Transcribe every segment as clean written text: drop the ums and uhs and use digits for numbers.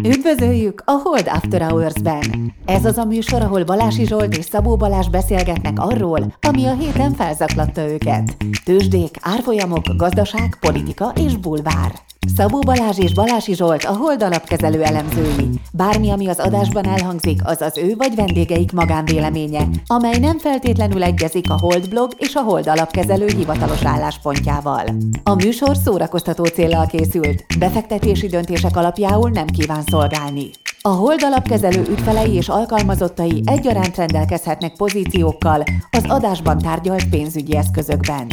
Üdvözöljük a Hold After Hours-ben! Ez az a műsor, ahol Balási Zsolt és Szabó Balázs beszélgetnek arról, ami a héten felzaklatta őket. Tőzsdék, árfolyamok, gazdaság, politika és bulvár. Szabó Balázs és Balási Zsolt a Hold alapkezelő elemzői. Bármi, ami az adásban elhangzik, az az ő vagy vendégeik magánvéleménye, amely nem feltétlenül egyezik a Hold blog és a Hold alapkezelő hivatalos álláspontjával. A műsor szórakoztató céllal készült, befektetési döntések alapjául nem kíván szolgálni. A Hold alapkezelő ügyfelei és alkalmazottai egyaránt rendelkezhetnek pozíciókkal az adásban tárgyalt pénzügyi eszközökben.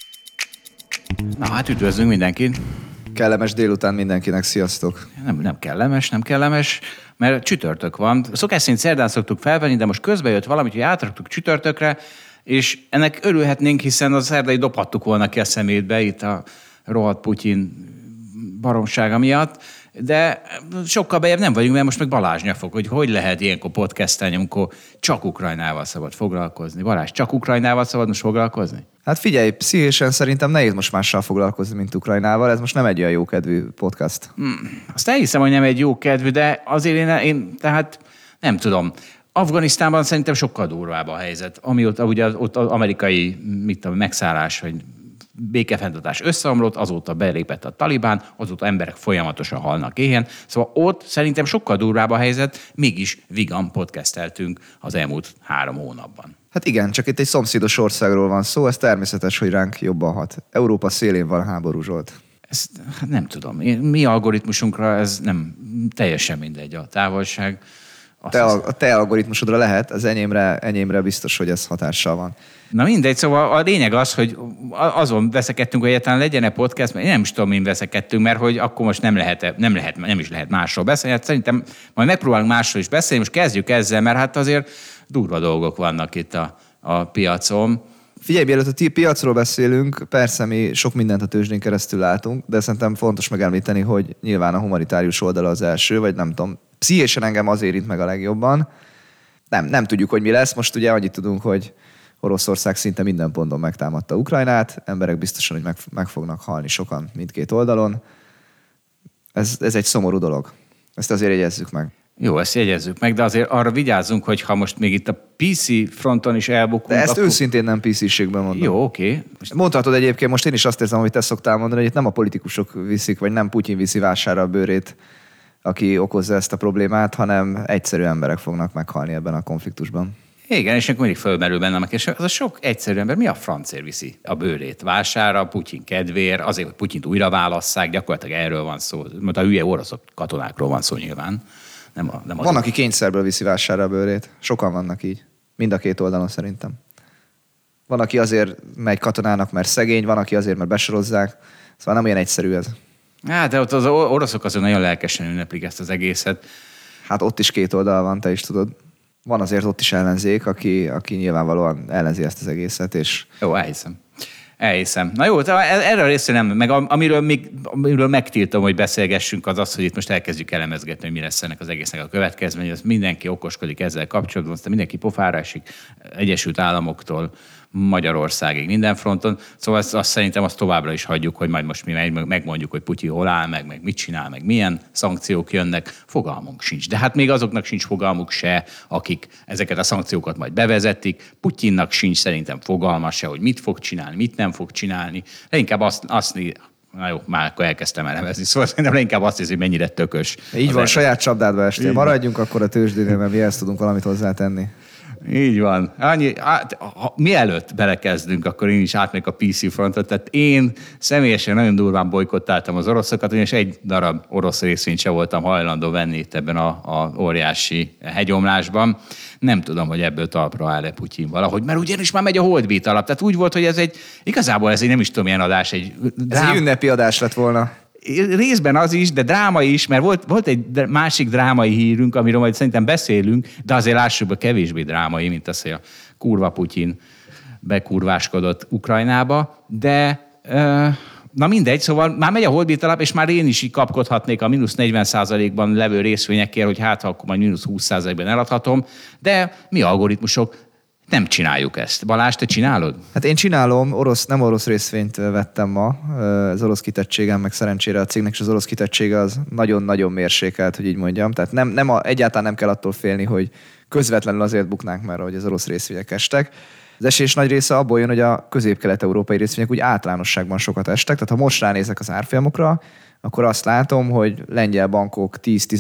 Na hát üdvözlünk mindenkit! Kellemes délután mindenkinek, sziasztok! Nem kellemes, mert csütörtök van. Szokás szerint szerdán szoktuk felvenni, de most közben jött valamit, hogy átraktuk csütörtökre, és ennek örülhetnénk, hiszen a szerdai dobhattuk volna ki a szemétbe itt a rohadt Putyin baromsága miatt, de sokkal bejebb nem vagyunk, mert most meg Balázs nyafog, hogy lehet ilyenkor podcastelni, amikor csak Ukrajnával szabad foglalkozni. Balázs, csak Ukrajnával szabad most foglalkozni? Hát figyelj, pszichésen szerintem nehéz most mással foglalkozni, mint Ukrajnával. Ez most nem egy olyan jókedvű podcast. Azt elhiszem, hogy nem egy jókedvű, de azért én tehát nem tudom. Afganisztánban szerintem sokkal durvább a helyzet. Amióta ugye ott az amerikai megszállás, vagy békefenntartás összeomlott, azóta belépett a Talibán, azóta emberek folyamatosan halnak éhen. Szóval ott szerintem sokkal durvább a helyzet, mégis vigan podcasteltünk az elmúlt 3 hónapban. Hát igen, csak itt egy szomszédos országról van szó, ez természetes, hogy ránk jobban hat. Európa szélén van háború, Zsolt. Ezt nem tudom. Mi algoritmusunkra ez nem teljesen mindegy a távolság. A te algoritmusodra lehet, az enyémre biztos, hogy ez hatással van. Na mindegy, szóval a lényeg az, hogy azon veszekedtünk, hogy egyáltalán legyen-e podcast, mert én nem is tudom, min veszekedtünk, mert hogy akkor most nem is lehet másról beszélni. Hát szerintem majd megpróbálunk másról is beszélni, most kezdjük ezzel, mert hát azért durva dolgok vannak itt a piacon. Figyelj, mielőtt a piacról beszélünk, persze mi sok mindent a tőzsdén keresztül látunk, de szerintem fontos megemlíteni, hogy nyilván a humanitárius oldala az első, vagy nem tudom, pszichésen engem az érint meg a legjobban. Nem tudjuk, hogy mi lesz. Most ugye annyit tudunk, hogy Oroszország szinte minden ponton megtámadta Ukrajnát, emberek biztosan, hogy meg fognak halni sokan mindkét oldalon. Ez egy szomorú dolog. Ezt azért jegyezzük meg. Jó, ezt jegyezzük meg, de azért arra vigyázzunk, hogy ha most még itt a PC fronton is elbukunk... De ezt őszintén nem PC-ségben mondom. Jó, oké. Mondhatod egyébként, most én is azt érzem, amit te szoktál mondani, hogy itt nem a politikusok viszik, vagy nem Putyin viszi vására a bőrét, aki okozza ezt a problémát, hanem egyszerű emberek fognak meghalni ebben a konfliktusban. Igen, és akkor mindig fölmerül bennem, és az a sok egyszerű ember, mi a francért viszi a bőrét vására, Putyin kedvéért, azért, hogy Putyint újra válasszák, gyakorlatilag erről van szó. Mert a hülye oroszok katonákról van szó nyilván. Van, aki kényszerből viszi vására a bőrét. Sokan vannak így. Mind a két oldalon szerintem. Van, aki azért megy katonának, mert szegény, van, aki azért, mert besorozzák. Szóval nem olyan egyszerű ez. Hát, de ott az oroszok azért nagyon lelkesen ünneplik ezt az egészet. Hát ott is két oldal van, te is tudod. Van azért ott is ellenzék, aki nyilvánvalóan ellenzi ezt az egészet, és... Jó, elhiszem. Na jó, erre a részre nem, meg amiről megtiltom, hogy beszélgessünk, az, hogy itt most elkezdjük elemezgetni, hogy mi lesz ennek az egésznek a következmény, az mindenki okoskodik ezzel kapcsolatban, aztán mindenki pofára esik Egyesült Államoktól Magyarországig, minden fronton. Szóval azt szerintem azt továbbra is hagyjuk, hogy majd most mi megmondjuk, hogy Putyin hol áll, meg mit csinál, meg milyen szankciók jönnek. Fogalmunk sincs. De hát még azoknak sincs fogalmuk se, akik ezeket a szankciókat majd bevezetik. Putyinnak sincs szerintem fogalma se, hogy mit fog csinálni, mit nem fog csinálni. De inkább na jó, már akkor elkezdtem elemezni, szóval szerintem inkább azt hiszi, hogy mennyire tökös. Így van, saját csapdádba estél. Maradjunk akkor a tőzsdénél, mert mi ezt tudunk valamit hozzátenni. Így van. Mielőtt belekezdünk, akkor én is átmegyek a PC frontot. Tehát én személyesen nagyon durván bojkottáltam az oroszokat, és egy darab orosz részvényt sem voltam hajlandó venni itt ebben a óriási hegyomlásban. Nem tudom, hogy ebből talpra áll-e Putyin valahogy, mert ugyanis már megy a holdbeat alap. Tehát úgy volt, hogy igazából ez egy nem is tudom milyen adás. Ez egy ünnepi adás lett volna. Részben az is, de drámai is, mert volt egy másik drámai hírünk, amiről majd szerintem beszélünk, de azért lássuk be kevésbé drámai, mint az, hogy a kurva Putyin bekurváskodott Ukrajnába, de na mindegy, szóval már megy a holdbeat alap, és már én is így kapkodhatnék a mínusz 40%-ban levő részvényekért, hogy hát ha akkor majd mínusz 20%-ban eladhatom, de mi algoritmusok Nem csináljuk ezt. Balázs, te csinálod? Hát én csinálom, nem orosz részvényt vettem ma, az orosz kitettségem, meg szerencsére a cégnek is az orosz kitettsége az nagyon-nagyon mérsékelt, hogy így mondjam. Tehát egyáltalán nem kell attól félni, hogy közvetlenül azért buknánk, mert hogy az orosz részvények estek. Az esés nagy része abból jön, hogy a közép-kelet-európai részvények úgy általánosságban sokat estek. Tehát ha most ránézek az árfolyamokra, akkor azt látom, hogy lengyel bankok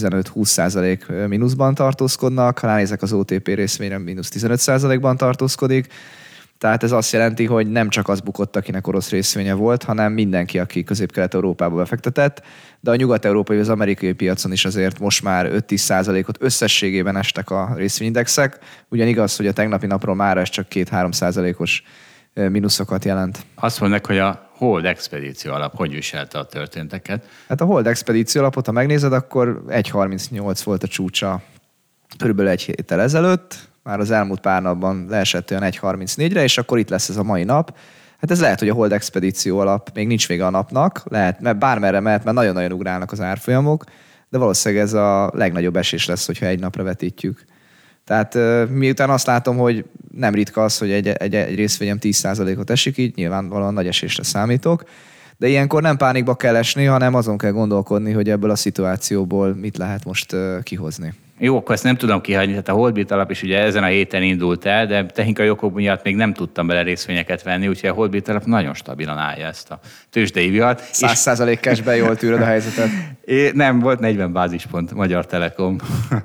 10-15-20% mínuszban tartózkodnak, ha ránézek az OTP részvényre, mínusz 15%-ban tartózkodik. Tehát ez azt jelenti, hogy nem csak az bukott, akinek orosz részvénye volt, hanem mindenki, aki Közép-Kelet-Európába befektetett, de a nyugat-európai, az amerikai piacon is azért most már 5-10%-ot összességében estek a részvényindexek. Ugyan igaz, hogy a tegnapi napról már ez csak 2-3%-os mínuszokat jelent. Azt mondják, hogy a Hold Expedíció alap hogy viselte a történteket? Hát a Hold Expedíció alapot, ha megnézed, akkor 1,38 volt a csúcsa körülbelül egy héttel ezelőtt, már az elmúlt pár napban leesett olyan 1,34-re, és akkor itt lesz ez a mai nap. Hát ez lehet, hogy a Hold Expedíció alap még nincs vége a napnak, lehet, mert bármerre mehet, mert nagyon-nagyon ugrálnak az árfolyamok, de valószínűleg ez a legnagyobb esés lesz, hogyha egy napra vetítjük. Tehát miután azt látom, hogy nem ritka az, hogy egy részvényem 10%-ot esik, így nyilvánvalóan nagy esésre számítok, de ilyenkor nem pánikba kell esni, hanem azon kell gondolkodni, hogy ebből a szituációból mit lehet most kihozni. Jó, akkor ezt nem tudom kihagyni, tehát a Holdbit alap is ugye ezen a héten indult el, de technikai okok miatt még nem tudtam bele részvényeket venni, úgyhogy a Holdbit alap nagyon stabilan állja ezt a tőzsdei vihart. 100% cashben jól tűröd a helyzetet. Nem, volt 40 bázispont Magyar Telekom,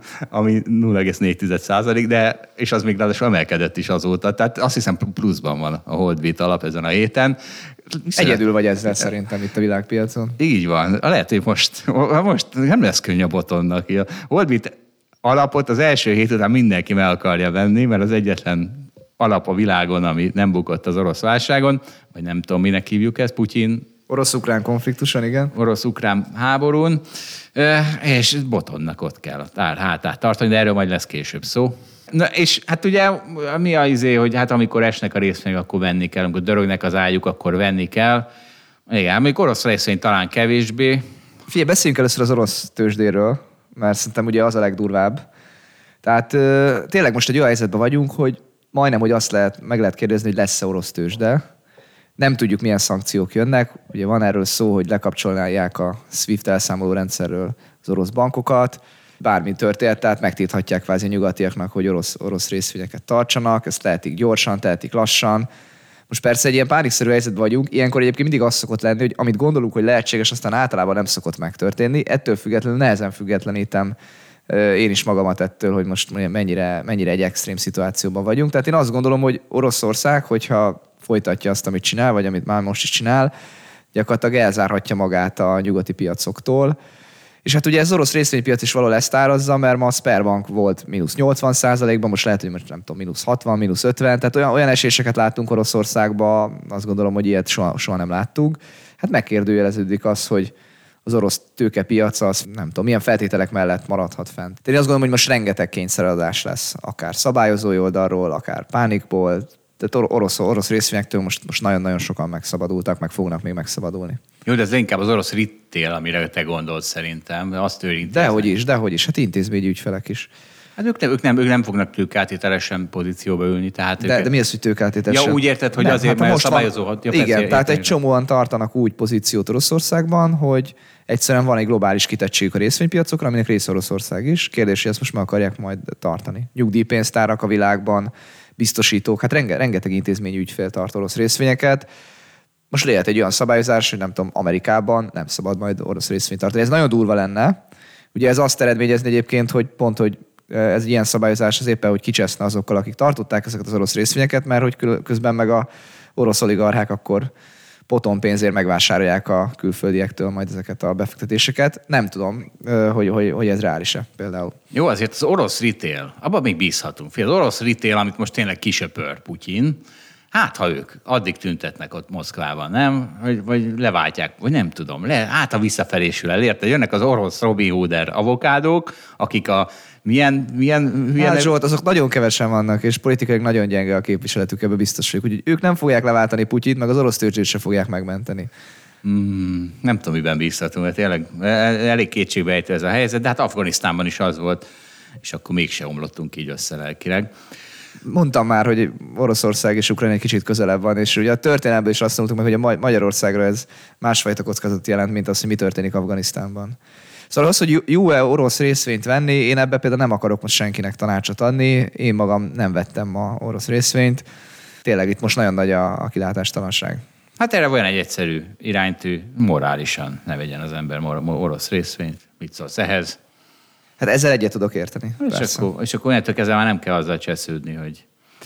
ami 0,4%, de és az még ráadásul emelkedett is azóta, tehát azt hiszem pluszban van a Holdbit alap ezen a héten. Egyedül vagy ezzel szerintem itt a világpiacon. Így van. Lehet, hogy most nem lesz könnyű a botonnak. A Holdbit alapot az első hét után mindenki meg akarja venni, mert az egyetlen alap a világon, ami nem bukott az orosz válságon, vagy nem tudom, minek hívjuk ezt, Putyin. Orosz-ukrán konfliktuson, igen. Orosz-ukrán háborún, és botonnak ott kell a hátát tartani, de erről majd lesz később szó. Na, és hát ugye mi az izé, hogy hát amikor esnek a részvények, akkor venni kell, amikor dörögnek az ágyuk, akkor venni kell. Igen, még orosz részvény talán kevésbé. Figyelj, beszéljünk először az orosz tőzsdéről, mert szerintem ugye az a legdurvább. Tehát tényleg most egy olyan helyzetben vagyunk, hogy majdnem, hogy meg lehet kérdezni, hogy lesz-e orosz tőzsde. Nem tudjuk, milyen szankciók jönnek. Ugye van erről szó, hogy lekapcsolnálják a SWIFT elszámoló rendszerről az orosz bankokat. Bármi történt, tehát megtilthatják kvázi nyugatiaknak, hogy orosz részvényeket tartsanak. Ezt tehetik gyorsan, tehetik lassan. Most persze egy ilyen pánikszerű helyzetben vagyunk, ilyenkor egyébként mindig az szokott lenni, hogy amit gondolunk, hogy lehetséges, aztán általában nem szokott megtörténni. Ettől függetlenül nehezen függetlenítem én is magamat ettől, hogy most mennyire egy extrém szituációban vagyunk. Tehát én azt gondolom, hogy Oroszország, hogyha folytatja azt, amit csinál, vagy amit már most is csinál, gyakorlatilag elzárhatja magát a nyugati piacoktól. És hát ugye ez az orosz részvénypiac is valahol ezt árazza, mert ma a Sberbank volt mínusz 80%-ban, most lehet, hogy most nem tudom, mínusz 60, mínusz 50, tehát olyan eséseket láttunk Oroszországban, azt gondolom, hogy ilyet soha nem láttunk. Hát megkérdőjeleződik az, hogy az orosz tőkepiac az nem tudom, milyen feltételek mellett maradhat fent. Én azt gondolom, hogy most rengeteg kényszeradás lesz, akár szabályozói oldalról, akár pánikból. Tehát orosz részvényektől most nagyon-nagyon sokan megszabadultak, meg fognak még megszabadulni. Jó, de ez inkább az orosz retail, amire te gondolsz szerintem. Azt érinti. Dehogy is. Hát intézményi ügyfelek is. Hát ők nem fognak tőkeáttételesen pozícióba ülni. Tehát de mi az, hogy tőkeáttételesen? Ja, úgy érted, hogy nem, azért, mert szabályozó. Igen, tehát egy csomóan tartanak úgy pozíciót Oroszországban, hogy egyszerűen van egy globális kitettségük a részvénypiacokra, aminek része Oroszország is. Kérdés, hogy ezt most meg akarják majd tartani. Nyugdíjpénztárak a világban, biztosítók, hát rengeteg intézményi ügyfél tart orosz részvényeket. Most lehet egy olyan szabályozás, hogy nem tudom, Amerikában nem szabad majd orosz részvényt tartani. Ez nagyon durva lenne. Ugye ez azt eredményezni egyébként, hogy hogy ez ilyen szabályozás az éppen, hogy kicseszne azokkal, akik tartották ezeket az orosz részvényeket, mert hogy közben meg a orosz oligarchák akkor potonpénzért megvásárolják a külföldiektől majd ezeket a befektetéseket. Nem tudom, hogy ez reális-e például. Jó, azért az orosz retail, abban még bízhatunk. Az orosz retail, amit most tényleg kisöpör Putyin, hát ha ők addig tüntetnek ott Moszkvában, nem? Vagy leváltják, vagy nem tudom. Hát a visszafelésül el, érted? Jönnek az orosz Robin Hooder avokádók, akik a milyen hát Zsolt, azok nagyon kevesen vannak, és politikailag nagyon gyenge a képviseletük, ebben biztos vagyok. Úgyhogy ők nem fogják leváltani Putyint, meg az orosz tőzsdét se fogják megmenteni. Nem tudom, miben bízhatunk, mert tényleg elég kétségbejtő ez a helyzet, de hát Afganisztánban is az volt, és akkor mégse omlottunk így össze lelkileg. Mondtam már, hogy Oroszország és Ukrajna egy kicsit közelebb van, és ugye a történelemben is azt mondtuk meg, hogy a Magyarországra ez másfajta kockázatot jelent, mint az, hogy mi történik Afganisztánban. Szóval az, hogy jó-e orosz részvényt venni, én ebbe például nem akarok most senkinek tanácsot adni, én magam nem vettem ma orosz részvényt. Tényleg itt most nagyon nagy a kilátástalanság. Hát erre olyan egy egyszerű iránytű, morálisan ne vegyen az ember orosz részvényt. Mit szólsz ehhez? Hát ezzel egyet tudok érteni. És akkor onnantól kezdve már nem kell azzal csesződni, hogy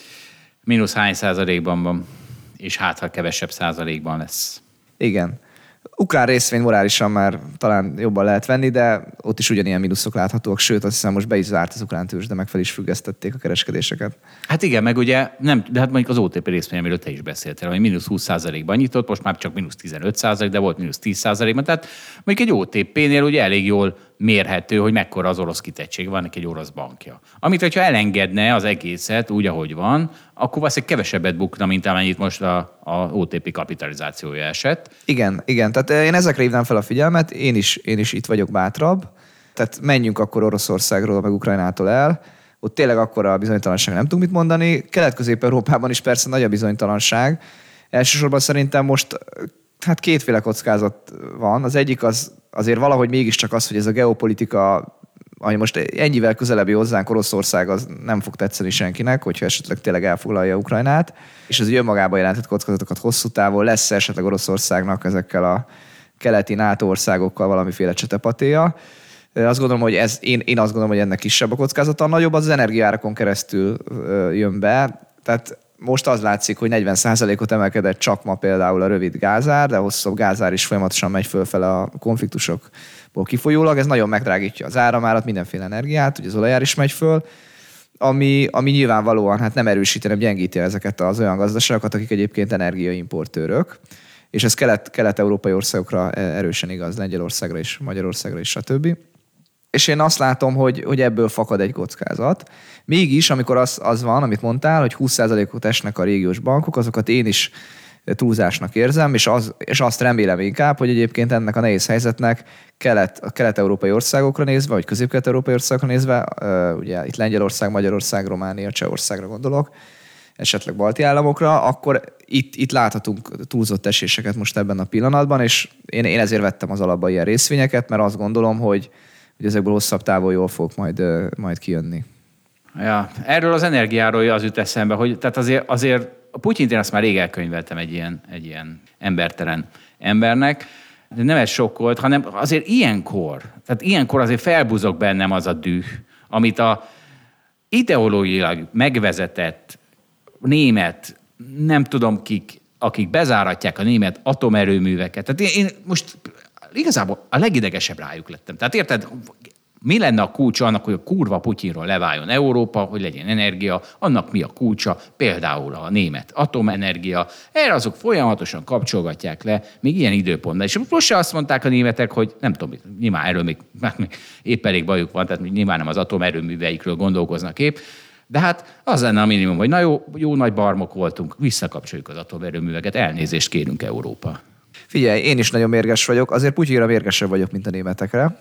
mínusz hány százalékban van, és hát ha kevesebb százalékban lesz. Igen. Ukrán részvény morálisan már talán jobban lehet venni, de ott is ugyanilyen mínuszok láthatóak, sőt azt hiszem most be is zárt az ukrán tőzs, de meg fel is függesztették a kereskedéseket. Hát igen, meg ugye nem, de hát mondjuk az OTP részvény, amiről te is beszéltél, hogy mínusz 20%-ban nyitott, most már csak mínusz 15%, de volt mínusz 10%-ban, tehát mondjuk egy OTP-nél ugye elég jól mérhető, hogy mekkora az orosz kitettség, van neki egy orosz bankja. Amit, hogyha elengedne az egészet úgy, ahogy van, akkor valószínűleg kevesebbet bukna, mint amennyit most a OTP kapitalizációja esett. Igen. Tehát én ezekre hívnám fel a figyelmet, én is itt vagyok bátrabb. Tehát menjünk akkor Oroszországról, meg Ukrajnától el. Ott tényleg akkor a bizonytalanság nem tudunk mit mondani. Kelet-Közép-Európában is persze nagy a bizonytalanság. Elsősorban szerintem most hát kétféle kockázat van. Az egyik az azért valahogy mégiscsak az, hogy ez a geopolitika, ami most ennyivel közelebbi hozzánk, Oroszország, az nem fog tetszeni senkinek, hogyha esetleg tényleg elfoglalja Ukrajnát, és az önmagában jelentett kockázatokat hosszú távon lesz esetleg Oroszországnak ezekkel a keleti NATO országokkal valamiféle csetepatéja. Azt gondolom, hogy én azt gondolom, hogy ennek kisebb a kockázata. A nagyobb az energiárakon keresztül jön be. Tehát most az látszik, hogy 40%-ot emelkedett csak ma például a rövid gázár, de hosszabb gázár is folyamatosan megy fölfele a konfliktusokból kifolyólag. Ez nagyon megdrágítja az áramárat, mindenféle energiát, ugye az olajár is megy föl, ami nyilvánvalóan hát nem erősíti, hanem gyengíti ezeket az olyan gazdaságokat, akik egyébként energiaimportőrök. És ez kelet-európai országokra erősen igaz, Lengyelországra is, Magyarországra is, stb. És én azt látom, hogy ebből fakad egy kockázat. Mégis, amikor az van, amit mondtál, hogy 20%-ot esnek a régiós bankok, azokat én is túlzásnak érzem, és azt remélem inkább, hogy egyébként ennek a nehéz helyzetnek a kelet-európai országokra nézve, vagy közép-kelet-európai országokra nézve, ugye itt Lengyelország, Magyarország, Románia, Csehországra gondolok, esetleg balti államokra, akkor itt láthatunk túlzott eséseket most ebben a pillanatban, és én ezért vettem az alapba ilyen részvényeket, mert azt gondolom, hogy ezekből hosszabb távon jól fogok majd kijönni. Ja, erről az energiáról az jut eszembe, hogy tehát azért a Putyint én azt már rég elkönyveltem egy ilyen embertelen embernek, de nem ez sokkolt, hanem azért ilyenkor azért felbuzog bennem az a düh, amit a ideológiailag megvezetett német, nem tudom kik, akik bezáratják a német atomerőműveket. Tehát én most igazából a legidegesebb rájuk lettem. Tehát érted, mi lenne a kulcsa annak, hogy a kurva Putyinról leváljon Európa, hogy legyen energia, annak mi a kulcsa, például a német atomenergia. Erre azok folyamatosan kapcsolgatják le, még ilyen időpontban. És most se azt mondták a németek, hogy nem tudom, nyilván erről még épp elég bajuk van, tehát nyilván nem az atomerőműveikről gondolkoznak épp, de hát az lenne a minimum, hogy na jó nagy barmok voltunk, visszakapcsoljuk az atomerőműveket, elnézést kérünk Európa. Figyelj, én is nagyon mérges vagyok, azért Putyinra mérgesebb vagyok, mint a németekre,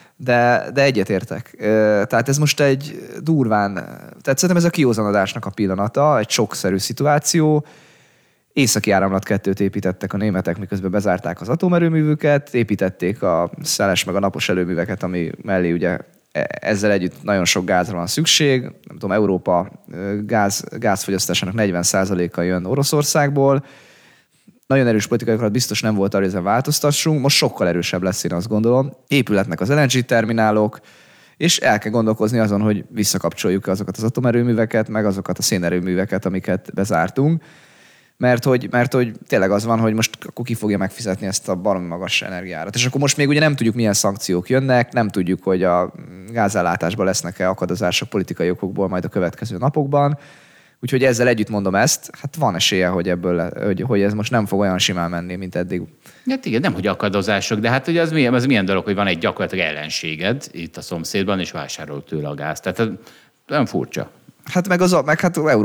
de egyetértek. Tehát ez most egy durván, tehát szerintem ez a kiózanodásnak a pillanata, egy sokszerű szituáció. Északi áramlat 2-t építettek a németek, miközben bezárták az atomerőművüket, építették a szeles meg a napos erőműveket, ami mellé ugye ezzel együtt nagyon sok gázra van szükség. Nem tudom, Európa gázfogyasztásának 40%-a jön Oroszországból. Nagyon erős politikai akarat biztos nem volt arra, hogy ezen változtassunk. Most sokkal erősebb lesz, én azt gondolom. Épületnek az LNG terminálok, és el kell gondolkozni azon, hogy visszakapcsoljuk azokat az atomerőműveket, meg azokat a szénerőműveket, amiket bezártunk. Mert hogy tényleg az van, hogy most akkor ki fogja megfizetni ezt a baromi magas energiárat. És akkor most még ugye nem tudjuk, milyen szankciók jönnek, nem tudjuk, hogy a gázellátásban lesznek-e akadozások politikai okokból majd a következő napokban. Úgyhogy ezzel együtt mondom ezt, hát van esélye, hogy ez most nem fog olyan simán menni, mint eddig. Hát igen, nem hogy akadozások, de hát ugye az milyen dolog, hogy van egy gyakorlatilag ellenséged itt a szomszédban, és vásárol tőle a gázt. Tehát olyan furcsa. Hát meg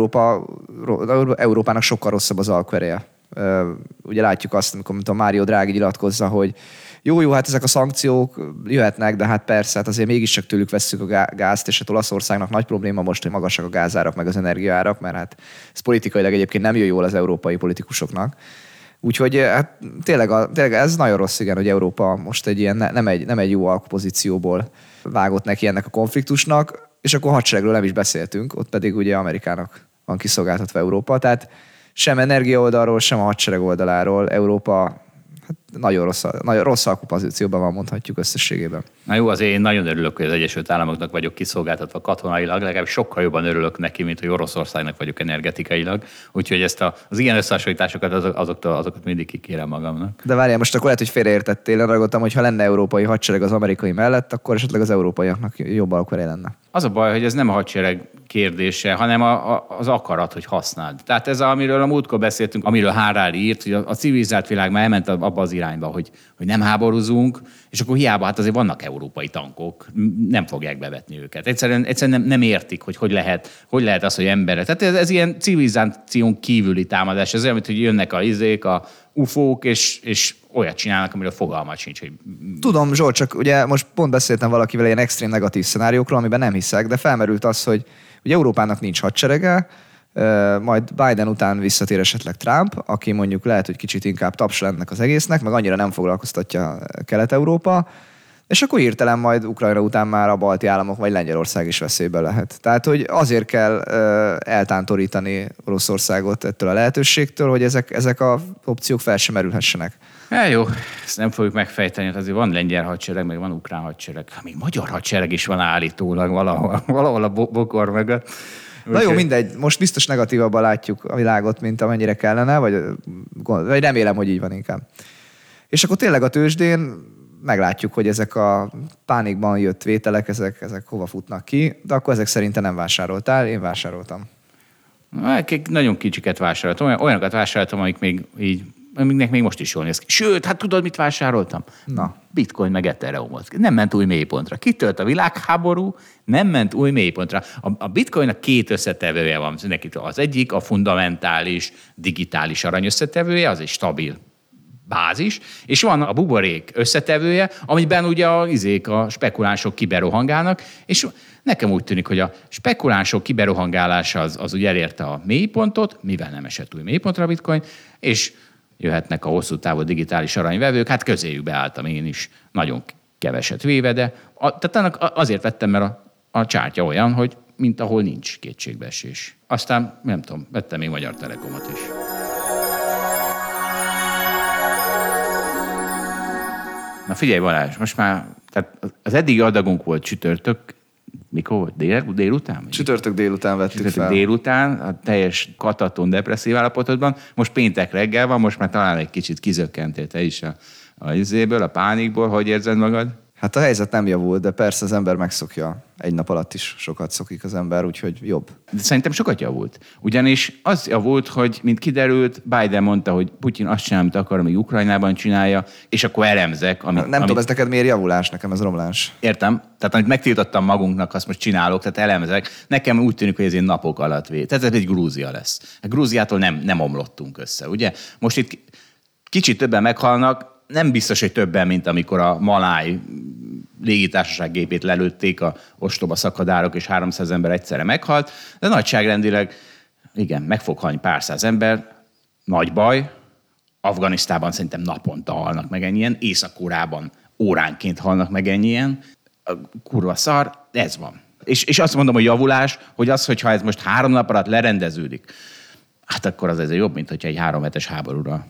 Európának sokkal rosszabb az alkuereje. Ugye látjuk azt, amikor mint a Mário Draghi nyilatkozza, hogy jó, hát ezek a szankciók jöhetnek, de hát persze, hát azért mégiscsak tőlük vesszük a gázt, és hát Olaszországnak nagy probléma most, hogy magasak a gázárak, meg az energiaárak, mert hát ez politikailag egyébként nem jön jól az európai politikusoknak. Úgyhogy hát tényleg ez nagyon rossz, igen, hogy Európa most egy ilyen nem egy jó alkupozícióból vágott neki ennek a konfliktusnak, és akkor hadseregről nem is beszéltünk, ott pedig ugye Amerikának van kiszolgáltatva Európa, tehát sem energia oldalról, sem a hadsereg oldaláról Európa nagyon rossz alkupozícióban van, mondhatjuk összességében. Na jó, azért én nagyon örülök, hogy az Egyesült Államoknak vagyok kiszolgáltatva katonailag, legalább sokkal jobban örülök neki, mint hogy Oroszországnak vagyok energetikailag. Úgyhogy ezt az ilyen összehasonlításokat azokat mindig kikérem magamnak. De várjál, most akkor lehet, hogy félreértettél. Én ragadtam, hogy ha lenne európai hadsereg az amerikai mellett, akkor esetleg az európaiaknak jobb alkureje lenne. Az a baj, hogy ez nem a hadsereg kérdése, hanem az akarat, hogy használd. Tehát ez, amiről a múltkor beszéltünk, amiről Harari írt, hogy a civilizált világ már elment abba az irányba, hogy nem háborúzunk, és akkor hiába, hát azért vannak európai tankok, nem fogják bevetni őket. Egyszerűen nem értik, hogy lehet az, hogy emberek. Tehát ez ilyen civilizáción kívüli támadás. Ez olyan, mint hogy jönnek a UFO-k, és olyat csinálnak, amiről fogalmat sincs, hogy... Tudom, Zsolt, csak ugye most pont beszéltem valakivel ilyen extrém negatív szenáriókról, amiben nem hiszek, de felmerült az, hogy ugye Európának nincs hadserege, majd Biden után visszatér esetleg Trump, aki mondjuk lehet, hogy kicsit inkább taps ennek az egésznek, meg annyira nem foglalkoztatja Kelet-Európa, és akkor hirtelen majd Ukrajna után már a balti államok vagy Lengyelország is veszélybe lehet. Tehát, hogy azért kell eltántorítani Oroszországot ettől a lehetőségtől, hogy ezek a opciók fel sem merülhessenek. Jó, ezt nem fogjuk megfejteni, hát azért van lengyel hadsereg, meg van ukrán hadsereg. Még magyar hadsereg is van állítólag valahol a bokor mögött. Na jó, mindegy. Most biztos negatívabban látjuk a világot, mint amennyire kellene, vagy remélem, hogy így van inkább. És akkor tényleg a tőzsdén meglátjuk, hogy ezek a pánikban jött vételek, ezek hova futnak ki, de akkor ezek szerintem nem vásároltál, én vásároltam. Nagyon kicsiket vásároltam, olyanokat vásároltam, amiknek még most is jól néz ki. Sőt, hát tudod, mit vásároltam? Na. Bitcoin meg Ethereumot. Nem ment új mélypontra. Kitört a világháború, nem ment új mélypontra. A Bitcoinnak két összetevője van. Az egyik a fundamentális digitális arany összetevője, az egy stabil bázis, és van a buborék összetevője, amiben ugye a spekulánsok kiberohangálnak, és nekem úgy tűnik, hogy a spekulánsok kiberohangálása az ugye elérte a mélypontot, mivel nem esett új mélypontra a Bitcoin, és jöhetnek a hosszú távú digitális aranyvevők, hát közéjük beálltam én is, nagyon keveset véve, de tehát annak azért vettem, mert a csártya olyan, hogy mint ahol nincs kétségbeesés. Aztán, nem tudom, vettem még Magyar Telekomot is. Na figyelj Balázs, most már, tehát az eddigi adagunk volt csütörtök, mikor volt? Délután? Csütörtök délután vettük fel. Délután, a teljes kataton depresszív állapotodban. Most péntek reggel van, most már talán egy kicsit kizökkentél te is a pánikból. Hogy érzed magad? Hát a helyzet nem javult, de persze az ember megszokja. Egy nap alatt is sokat szokik az ember, úgyhogy jobb. De szerintem sokat javult. Ugyanis az javult, hogy, mint kiderült, Biden mondta, hogy Putyin azt csinál, amit akar, amíg Ukrajnában csinálja, és akkor elemzek. Tudom, ez neked miért javulás, nekem ez romlás. Értem. Tehát amit megtiltottam magunknak, azt most csinálok, tehát elemzek. Nekem úgy tűnik, hogy ez én napok alatt tehát ez egy Grúzia lesz. A Grúziától nem omlottunk össze, ugye? Most itt kicsit többen meghalnak, nem biztos, hogy többen, mint amikor a maláj légitársaság gépét lelőtték a ostoba szakadárok, és 300 ember egyszerre meghalt, de nagyságrendileg, igen, meg fog halni pár száz ember, nagy baj. Afganisztánban szerintem naponta halnak meg ennyien, Észak-Koreában óránként halnak meg ennyien. Kurva szar, ez van. És azt mondom, hogy javulás, hogy az, hogyha ez most 3 nap alatt lerendeződik, hát akkor az jobb, mint hogyha egy 3 hetes háborúra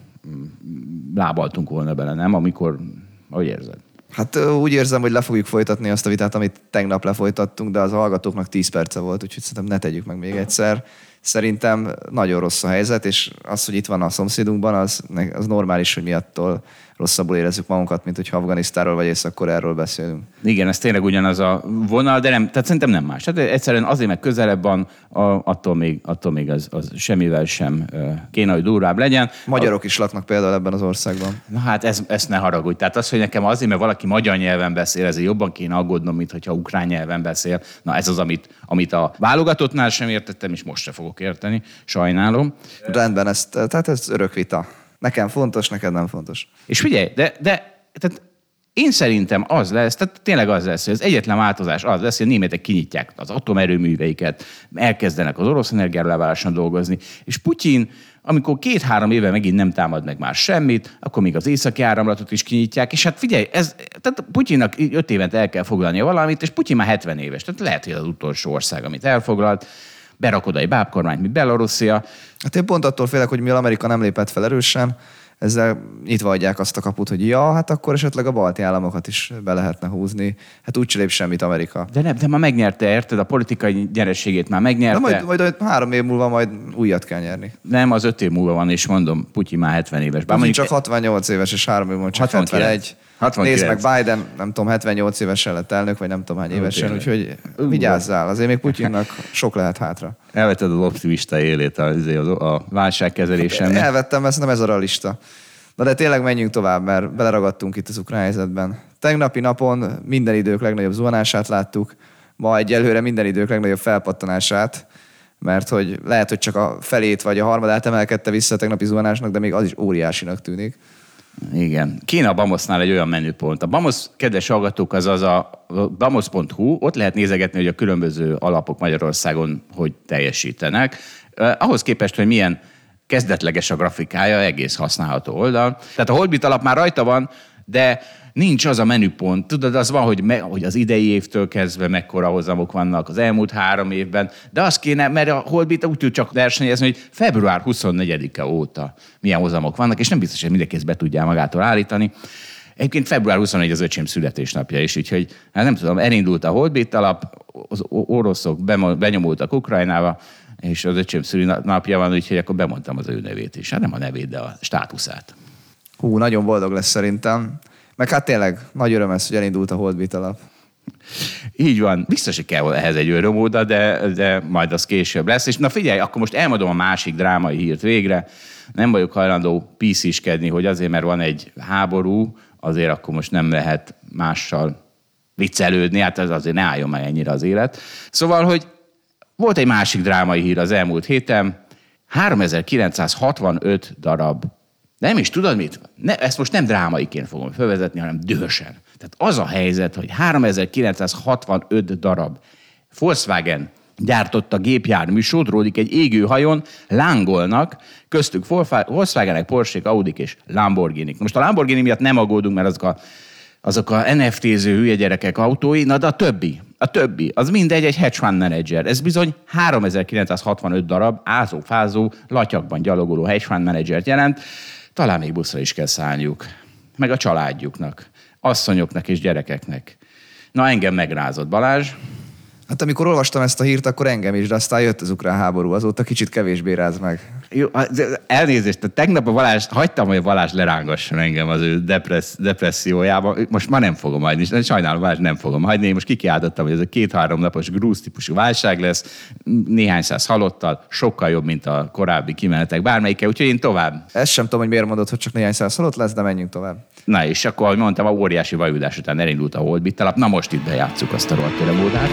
lábaltunk volna bele, nem? Amikor, hogy érzed? Hát úgy érzem, hogy le fogjuk folytatni azt a vitát, amit tegnap lefolytattunk, de az hallgatóknak 10 perce volt, úgyhogy szerintem ne tegyük meg még egyszer. Szerintem nagyon rossz a helyzet, és az, hogy itt van a szomszédunkban, az normális, hogy mi attól rosszabbul érezzük magunkat, mint hogyha Afganisztánról vagy Észak-Koreáról beszélünk. Igen, ez tényleg ugyanaz a vonal, de tehát szerintem nem más. Tehát egyszerűen azért meg közelebb van, attól még az semmivel sem kéne, hogy durvább legyen. Magyarok is laknak például ebben az országban. Na hát ezt ne haragudj. Tehát az, hogy nekem azért, mert valaki magyar nyelven beszél, ezért jobban kéne aggódnom, mint hogyha ukrán nyelven beszél. Na ez az, amit a válogatottnál sem értettem, és most se fogok érteni. Sajnálom. Rendben, tehát ez örök vita. Nekem fontos, neked nem fontos. És figyelj, de tehát Én szerintem az lesz, tehát tényleg az lesz, hogy az egyetlen változás az lesz, hogy a németek kinyitják az atomerőműveiket, elkezdenek az orosz energiáról leváláson dolgozni, és Putyin, amikor 2-3 éve megint nem támad meg már semmit, akkor még az északi áramlatot is kinyitják, és hát figyelj, tehát Putyinnak 5 évente el kell foglalnia valamit, és Putyin már 70 éves, tehát lehet, hogy az utolsó ország, amit elfoglalt, berakod egy bábkormányt, mint Belorusszia. Hát én pont attól félek, hogy mivel Amerika nem lépett fel erősen, ezzel nyitva adják azt a kaput, hogy ja, hát akkor esetleg a balti államokat is be lehetne húzni. Hát úgy se lép semmit Amerika. De már megnyerte, érted? A politikai nyereségét már megnyerte. De majd 3 év múlva majd újat kell nyerni. Nem, az 5 év múlva van, és mondom, Putyin már 70 éves. Putyin csak 68 éves, és 3 év múlva csak 71. 69. Nézd meg, Biden, nem tudom, 78 évesen lett elnök, vagy nem tudom hány évesen, úgyhogy vigyázzál, azért még Putyinnak sok lehet hátra. Elvetted az optimista élét a válságkezelésen. Hát elvettem, mert nem ez a realista. De tényleg menjünk tovább, mert beleragadtunk itt az ukrán helyzetben. Tegnapi napon minden idők legnagyobb zuhanását láttuk, ma egyelőre minden idők legnagyobb felpattanását, mert hogy lehet, hogy csak a felét vagy a harmadát emelkedte vissza a tegnapi zuhanásnak, de még az is óriásinak tűnik. Igen. Kína a Bamosznál egy olyan menüpont. A Bamos, kedves hallgatók, az a bamos.hu, ott lehet nézegetni, hogy a különböző alapok Magyarországon hogy teljesítenek. Ahhoz képest, hogy milyen kezdetleges a grafikája, egész használható oldal. Tehát a Holdbit alap már rajta van, de nincs az a menüpont. Tudod, az van, hogy az idei évtől kezdve mekkora hozamok vannak az elmúlt 3 évben, de az kéne, mert a Holdbit úgy tud csak versenyezni, hogy február 24-e óta milyen hozamok vannak, és nem biztos, hogy mindenki ezt be tudja magától állítani. Egyébként február 21 az öcsém születésnapja is, úgyhogy hát nem tudom, elindult a Holdbit alap, az oroszok benyomultak Ukrajnába, és az öcsém szülinapja van, úgyhogy akkor bemondtam az ő nevét is. Hát nem a nevét, de a státuszát. Nagyon boldog lesz szerintem. Meg hát tényleg nagy öröm ez, hogy elindult a Holdbit alap. Így van. Biztos, hogy kell ehhez egy örömóda, de majd az később lesz. És na figyelj, akkor most elmondom a másik drámai hírt végre. Nem vagyok hajlandó PC-skedni, hogy azért, mert van egy háború, azért akkor most nem lehet mással viccelődni, hát ez azért ne álljon meg ennyire az élet. Szóval, hogy volt egy másik drámai hír az elmúlt héten, 3965 darab. Nem is tudod mit? Ezt most nem drámaiként fogom felvezetni, hanem dühösen. Tehát az a helyzet, hogy 3965 darab Volkswagen gyártotta gépjármű sodródik egy égő hajón, lángolnak, köztük Volkswagenek, Porsche-k, Audik és Lamborghinik. Most a Lamborghini miatt nem aggódunk, mert azok a NFT-ző hülye gyerekek autói, na de a többi, az mindegy egy hedge fund menedzser. Ez bizony 3965 darab ázó-fázó, latyakban gyalogoló hedge fund menedzsert jelent, talán még buszra is kell szállniuk, meg a családjuknak, asszonyoknak és gyerekeknek. Na, engem megrázott Balázs. Hát amikor olvastam ezt a hírt, akkor engem is, de aztán jött az ukrán háború, azóta kicsit kevésbé ráz meg. Jó, elnézést, tegnap a Balázs, hagytam, hogy a Balázs lerángasson engem az ő depressziójába. Most már nem fogom hagyni, sajnálom, Balázs, nem fogom hagyni. Én most kikiáltottam, hogy ez a 2-3 napos grúz típusú válság lesz, néhány száz halottal, sokkal jobb, mint a korábbi kimenetek bármelyike, úgyhogy én tovább. Ezt sem tudom, hogy miért mondod, hogy csak néhány száz halott lesz, de menjünk tovább. Na és akkor, ahogy mondtam, a óriási vajudás után elindult a Holdbit alap. Na most itt bejátsszuk azt a rohadt örömódát.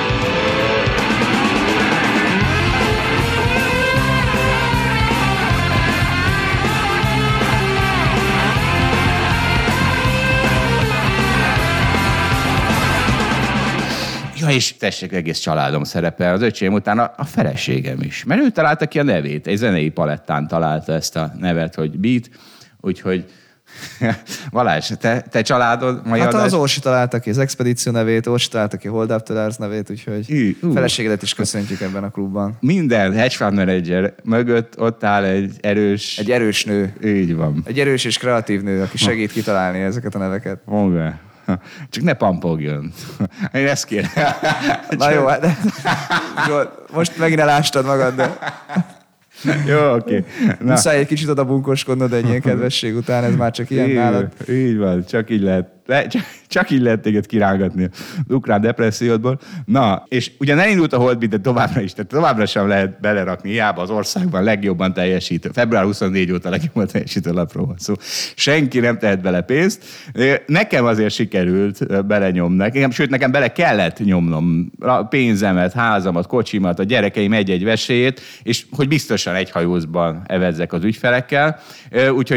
Ja, és tessék, egész családom szerepel. Az öcsém után a feleségem is. Mert ő találta ki a nevét. Egy zenei palettán találta ezt a nevet, hogy Beat. Úgyhogy Balázs, te családod mai Hát adás... az Orsi találta ki az Expedíció nevét, Orsi találta ki Hold Up Tellers nevét, úgyhogy feleségedet is köszöntjük ebben a klubban. Minden hedge fund manager mögött ott áll egy erős nő. Így van. Egy erős és kreatív nő, aki segít kitalálni ezeket a neveket. Maga. Csak ne pampogjon. Én ezt kérem. Na jó, de... most megint elástad magad, de... Jó, oké. Muszáj egy kicsit oda bunkoskodnod egy ilyen kedvesség után, ez már csak ilyen nálad. Így van, csak így lehet. Csak így lehet téged kirángatni az ukrán depressziódból. Na, és ugyan elindult a Holdbit, de továbbra sem lehet belerakni. Hiába az országban legjobban teljesítő. Február 24 óta legjobban teljesítő lapról van szó. Senki nem tehet bele pénzt. Nekem azért sikerült belenyomni. Sőt, nekem bele kellett nyomnom a pénzemet, házamat, kocsimat, a gyerekeim egy-egy vesélyét, és hogy biztosan egy hajózban evezzek az ügyfelekkel. Úgyhogy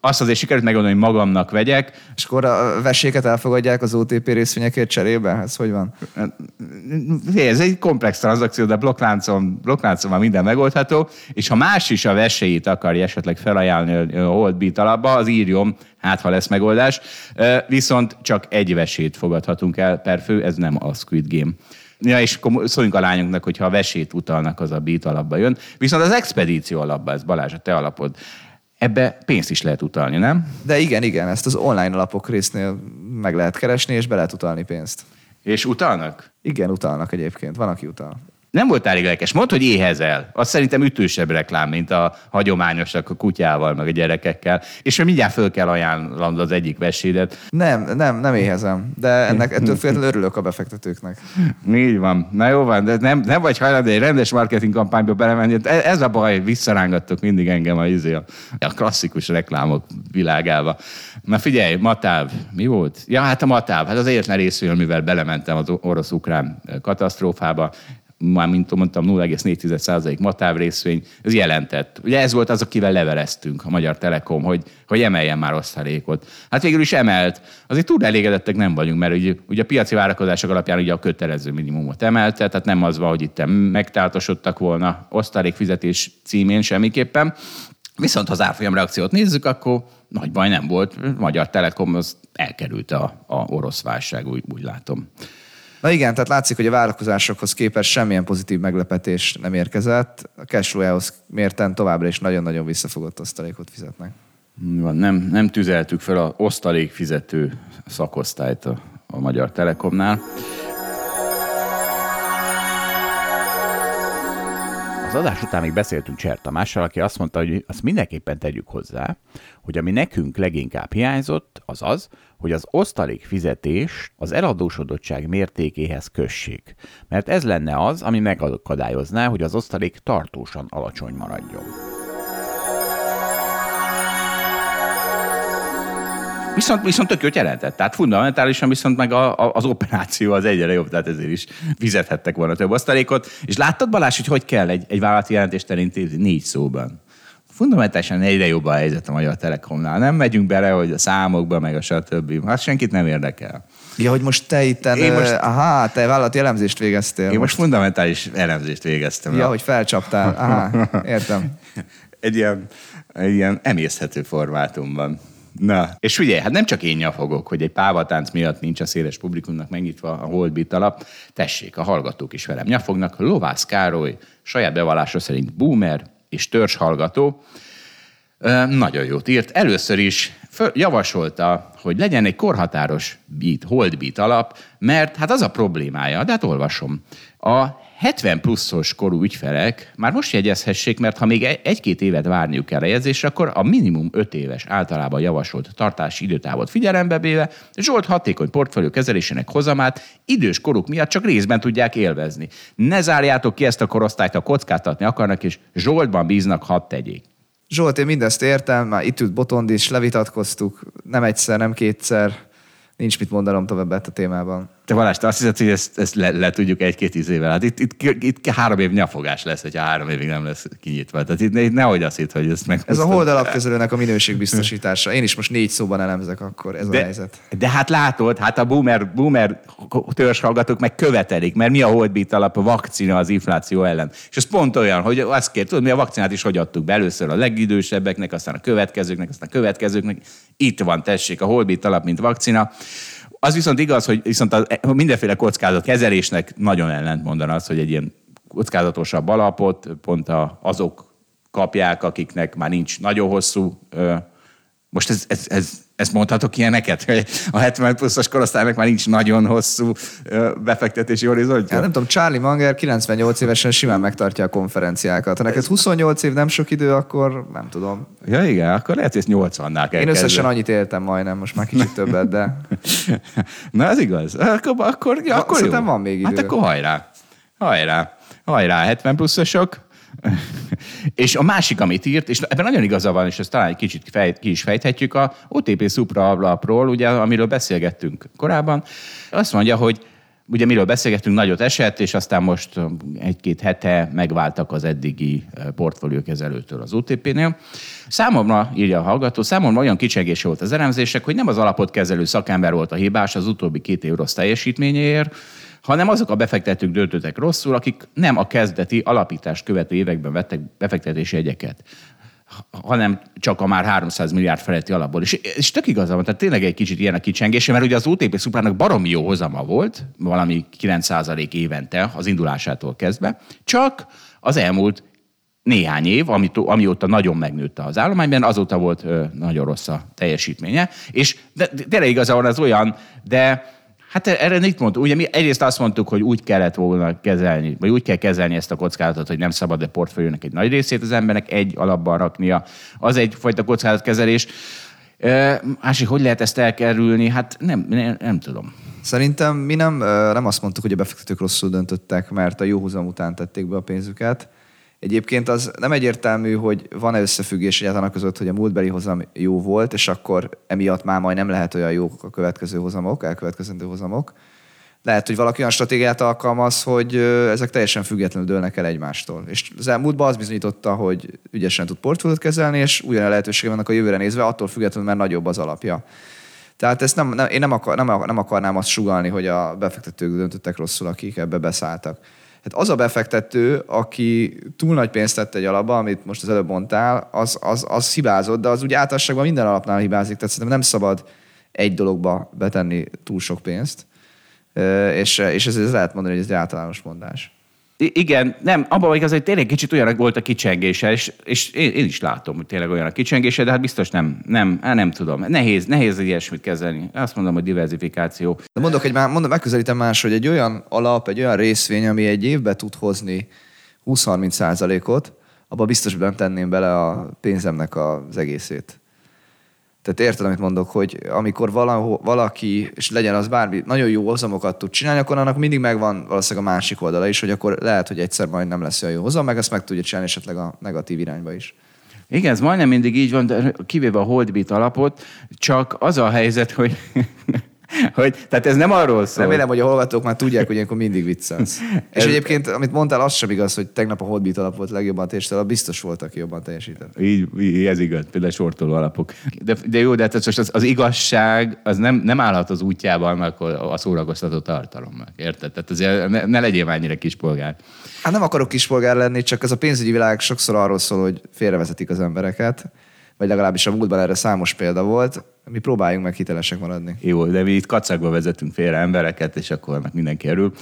azt azért sikerült megoldani, hogy magamnak vegyek. És akkor a veséket elfogadják az OTP részvényekért cserébe? Ez hogy van? Ez egy komplex tranzakció, de blokkláncon már minden megoldható, és ha más is a vesélyét akarja esetleg felajánlani a Holdbeat alapba, az írjon, hát ha lesz megoldás. Viszont csak egy vesét fogadhatunk el per fő, ez nem a Squid Game. Ja, és szóljunk a lányunknak, hogyha a vesét utalnak, az a Beat alapba jön. Viszont az expedíció alapba, ez Balázs, a te alapod, ebbe pénzt is lehet utalni, nem? De igen, ezt az online alapok résznél meg lehet keresni, és be lehet utalni pénzt. És utalnak? Igen, utalnak egyébként. Van, aki utal. Nem voltál elég lelkes. Mondd, hogy éhezel. Az szerintem ütősebb reklám, mint a hagyományosak a kutyával, meg a gyerekekkel. És hogy mindjárt föl kell ajánlanod az egyik vesédet. Nem éhezem. De ettől függetlenül örülök a befektetőknek. Így van. Na jó van, de nem vagy hajlandó egy rendes marketing kampányba belemenni. Ez a baj, visszarángattok mindig engem a klasszikus reklámok világába. Na figyelj, Matáv. Mi volt? Ja, hát a Matáv. Hát az egyetlen részvény, amivel belementem az orosz-ukrán katasztrófába. Már mint mondtam, 0,4% Matáv részvény, ez jelentett. Ugye ez volt az, akivel leveleztünk, a Magyar Telekom, hogy emeljen már osztalékot. Hát végül is emelt. Azért túl elégedettek nem vagyunk, mert ugye a piaci várakozások alapján ugye a kötelező minimumot emelte, tehát nem az van, hogy itt megtáltosodtak volna osztalékfizetés címén semmiképpen. Viszont ha az árfolyam reakciót nézzük, akkor nagy baj nem volt. Magyar Telekom az elkerült a orosz válság, úgy látom. Na igen, tehát látszik, hogy a várakozásokhoz képest semmilyen pozitív meglepetés nem érkezett. A cashflow-hoz mérten továbbra is nagyon-nagyon visszafogott osztalékot fizetnek. Nem tüzeltük fel az osztalékfizető szakosztályt a Magyar Telekomnál. Az adás után még beszéltünk Cser Tamással, aki azt mondta, hogy azt mindenképpen tegyük hozzá, hogy ami nekünk leginkább hiányzott, az az, hogy az osztalékfizetés az eladósodottság mértékéhez kössék. Mert ez lenne az, ami megakadályozná, hogy az osztalék tartósan alacsony maradjon. Viszont tök jót jelentett. Tehát fundamentálisan viszont meg az operáció az egyre jobb, tehát ezért is fizethettek volna több osztalékot. És láttad, Balázs, hogy kell egy vállalati jelentést elintézni 4 szóban? Fundamentálisan egyre jobb a helyzet a Magyar Telekomnál. Nem megyünk bele, hogy a számokba, meg a stb. Hát senkit nem érdekel. Ja, hogy most te itten... te vállalati elemzést végeztél. Én most fundamentális elemzést végeztem. Ja, hogy felcsaptál. Aha, értem. Egy ilyen emészhető formátumban. Na, és figyelj, hát nem csak én nyafogok, hogy egy pávatánc miatt nincs a széles publikumnak megnyitva a Holdbeat alap. Tessék, a hallgatók is velem nyafognak. Lovász Károly, saját bevallása szerint boomer és törzshallgató, nagyon jót írt. Először is javasolta, hogy legyen egy korhatáros Holdbeat alap, mert hát az a problémája, de hát olvasom. A 70 pluszos korú ügyfelek már most jegyezhessék, mert ha még 1-2 évet várniuk kell a jegyzésre, akkor a minimum 5 éves általában javasolt tartási időtávot figyelembe véve Zsolt hatékony portfólió kezelésének hozamát idős koruk miatt csak részben tudják élvezni. Ne zárjátok ki ezt a korosztályt, ha kockáztatni akarnak, és Zsoltban bíznak, hadd tegyék. Zsolt, én mindezt értem, már itt ült Botond is, levitatkoztuk, nem egyszer, nem kétszer. Nincs mit mondanom tovább a témában. Te Balázs, te azt hiszed, hogy ezt le tudjuk 1-2 évvel. Hát itt 3 év nyafogás lesz, hogyha 3 évig nem lesz kinyitva. Tehát itt nehogy azt hitt, hogy ezt meg. Ez a Hold alapkezelőnek a minőségbiztosítása. Én is most 4 szóban elemzek akkor, ez a helyzet. De hát látod, hát a boomer törzshallgatók meg követelik, mert mi a Holdbeat alap? A vakcina az infláció ellen. És ez pont olyan, hogy azt kér, tudod, mi a vakcinát is hogy adtuk be először a legidősebbeknek, aztán a következőknek. Itt van, tessék, a Holdbeat alap, mint vakcina. Az viszont igaz, hogy viszont mindenféle kockázatkezelésnek nagyon ellentmondana az, hogy egy ilyen kockázatosabb alapot pont azok kapják, akiknek már nincs nagyon hosszú... Most ezt mondhatok ilyeneket, hogy a 70 pluszos korosztálynak már nincs nagyon hosszú befektetési horizontja? Nem tudom, Charlie Munger 98 évesen simán megtartja a konferenciákat. Ha neked 28 év nem sok idő, akkor nem tudom. Ja igen, akkor lehet, hogy 80-nál kell. Én összesen annyit éltem majdnem, most már kicsit többet, de... Na ez igaz. Akkor szerintem van még idő. Hát akkor hajrá, 70 pluszosok. És a másik, amit írt, és ebben nagyon igaza van, és ezt talán egy kicsit ki is fejthetjük, a OTP Supra alapról, ugye, amiről beszélgettünk korábban, azt mondja, hogy ugye miről beszélgettünk, nagyot esett, és aztán most 1-2 hete megváltak az eddigi portfóliókezelőtől az OTP-nél. Számomra, írja a hallgató, számomra olyan kicsengés volt az elemzések, hogy nem az alapot kezelő szakember volt a hibás az utóbbi 2 év rossz teljesítményéért, hanem azok a befektetők döntöttek rosszul, akik nem a kezdeti alapítást követő években vettek befektetési jegyeket, hanem csak a már 300 milliárd feletti alapból. És tök igaza van, tehát tényleg egy kicsit ilyen a kicsengése, mert ugye az OTP Suprának baromi jó hozama volt, valami 9% évente az indulásától kezdve, csak az elmúlt néhány év, amióta nagyon megnőtt az állományban, azóta volt nagyon rossz a teljesítménye. És tényleg igaza van, az olyan, de hát erre mit mondtuk? Ugye mi egyrészt azt mondtuk, hogy úgy kellett volna kezelni, vagy úgy kell kezelni ezt a kockázatot, hogy nem szabad a portfóliónak egy nagy részét az embernek egy alapban raknia. Az egyfajta kockázatkezelés. Másik, hogy lehet ezt elkerülni? Hát nem tudom. Szerintem mi nem azt mondtuk, hogy a befektetők rosszul döntöttek, mert a jó hozam után tették be a pénzüket. Egyébként az nem egyértelmű, hogy van-e összefüggés egyáltalán között, hogy a múltbeli hozam jó volt, és akkor emiatt már majd nem lehet olyan jók a következő hozamok, elkövetkezendő hozamok. Lehet, hogy valaki olyan stratégiát alkalmaz, hogy ezek teljesen függetlenül dőlnek el egymástól. És az elmúltban az bizonyította, hogy ügyesen tud portfóliót kezelni, és ugyan lehetősége vannak a jövőre nézve, attól függetlenül, mert nagyobb az alapja. Tehát ezt én nem akarnám azt sugallni, hogy a befektetők döntöttek rosszul, akik ebbe beszálltak. Hát az a befektető, aki túl nagy pénzt tett egy alapba, amit most az előbb mondtál, az hibázott, de az úgy általánosságban minden alapnál hibázik, tehát szerintem nem szabad egy dologba betenni túl sok pénzt, és ez lehet mondani, hogy ez egy általános mondás. Igen, nem, abban vagy az, hogy tényleg kicsit olyan volt a kicsengése, és én is látom, hogy tényleg olyan a kicsengése, de hát biztos nem tudom. Nehéz ilyesmit kezelni. Azt mondom, hogy diversifikáció. De megközelítem más, hogy egy olyan alap, egy olyan részvény, ami egy évbe tud hozni 20-30%-ot, abban biztos nem tenném bele a pénzemnek az egészét. Tehát érted, amit mondok, hogy amikor valaki, és legyen az bármi, nagyon jó hozamokat tud csinálni, akkor annak mindig megvan valószínűleg a másik oldala is, hogy akkor lehet, hogy egyszer majd nem lesz olyan jó hozam, meg ezt meg tudja csinálni esetleg a negatív irányba is. Igen, ez majdnem mindig így van, de kivéve a Holdbit alapot, csak az a helyzet, hogy tehát ez nem arról szól. Remélem, hogy a hallgatók már tudják, hogy ilyenkor mindig viccelsz. És egyébként, amit mondtál, az sem igaz, hogy tegnap a Holdbit alap volt legjobban teljesített, biztos volt, aki jobban teljesített. Így ez igaz, például sortoló alapok. De jó, de az igazság az nem állhat az útjában a szórakoztató tartalomnak. Érted? Tehát azért ne legyél már ennyire kispolgár. Hát nem akarok kispolgár lenni, csak ez a pénzügyi világ sokszor arról szól, hogy félrevezetik az embereket, vagy legalábbis a múltban erre számos példa volt. Mi próbáljunk meg hitelesek maradni. Jó, de mi itt kacagba vezetünk félre embereket, és akkor meg mindenki örül.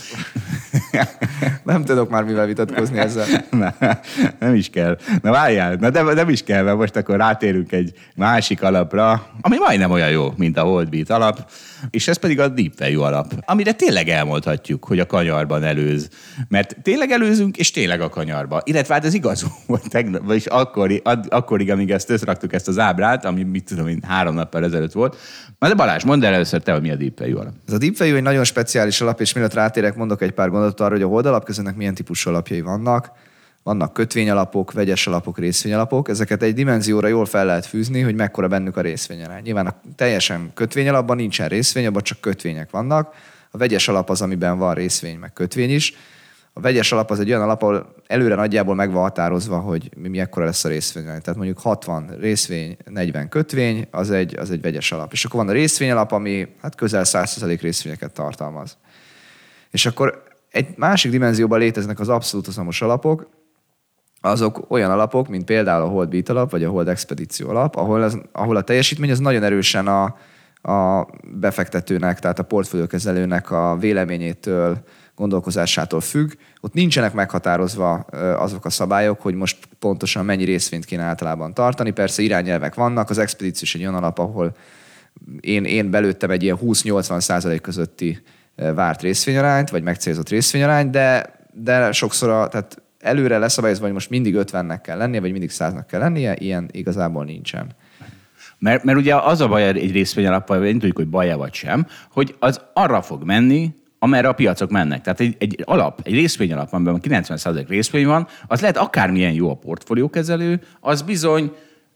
Nem tudok már mivel vitatkozni ezzel. Nem is kell. Na várjál, de nem is kell, mert most akkor rátérünk egy másik alapra, ami majdnem olyan jó, mint a Holdbit alap, és ez pedig a Deep Value alap, amire tényleg elmondhatjuk, hogy a kanyarban előz. Mert tényleg előzünk, és tényleg a kanyarba. Illetve hát ez igaz volt tegnap, vagyis akkorig, amíg ezt összeraktuk ezt az ábrát, ami mit tudom én 3 nappal ezelőtt volt. Na de Balázs, mondd el először te, hogy mi a Deep Value alap. Ez a Deep Value egy nagyon speciális alap, és mielőtt rátérek, mondok egy pár gondolatot arra, hogy a Hold alapkezelőnek milyen típusú alapjai vannak. Vannak kötvényalapok, vegyes alapok, részvényalapok. Ezeket egy dimenzióra jól fel lehet fűzni, hogy mekkora bennük a részvényarány. Nyilván a teljesen kötvényalapban nincsen részvény, abban csak kötvények vannak. A vegyes alap az, amiben van részvény, meg kötvény is. A vegyes alap az egy olyan alap, ahol előre nagyjából meg van határozva, hogy ekkora lesz a részvényarány. Tehát mondjuk 60 részvény, 40 kötvény, az egy vegyes alap. És akkor van a részvényalap, ami hát közel 100% részvényeket tartalmaz. És akkor egy másik dimenzióban léteznek az abszolút hozamos alapok, azok olyan alapok, mint például a Holdbit alap, vagy a Hold Expedíció alap, ahol a teljesítmény az nagyon erősen a befektetőnek, tehát a portfóliókezelőnek a véleményétől, gondolkozásától függ. Ott nincsenek meghatározva azok a szabályok, hogy most pontosan mennyi részvényt kéne általában tartani. Persze irányelvek vannak, az Expedíció is egy olyan alap, ahol én belőttem egy ilyen 20-80% közötti várt részvényarányt, vagy megcélzott részvényarányt, de sokszor tehát előre leszabályozva, hogy most mindig 50-nek kell lennie, vagy mindig 100-nak kell lennie, ilyen igazából nincsen. Mert ugye az a baj egy részvényalappal, nem tudjuk, hogy baj-e vagy sem, hogy az arra fog menni, amerre a piacok mennek. Tehát egy részvényalap, amiben 90% részvény van, az lehet akármilyen jó a portfóliókezelő, az bizony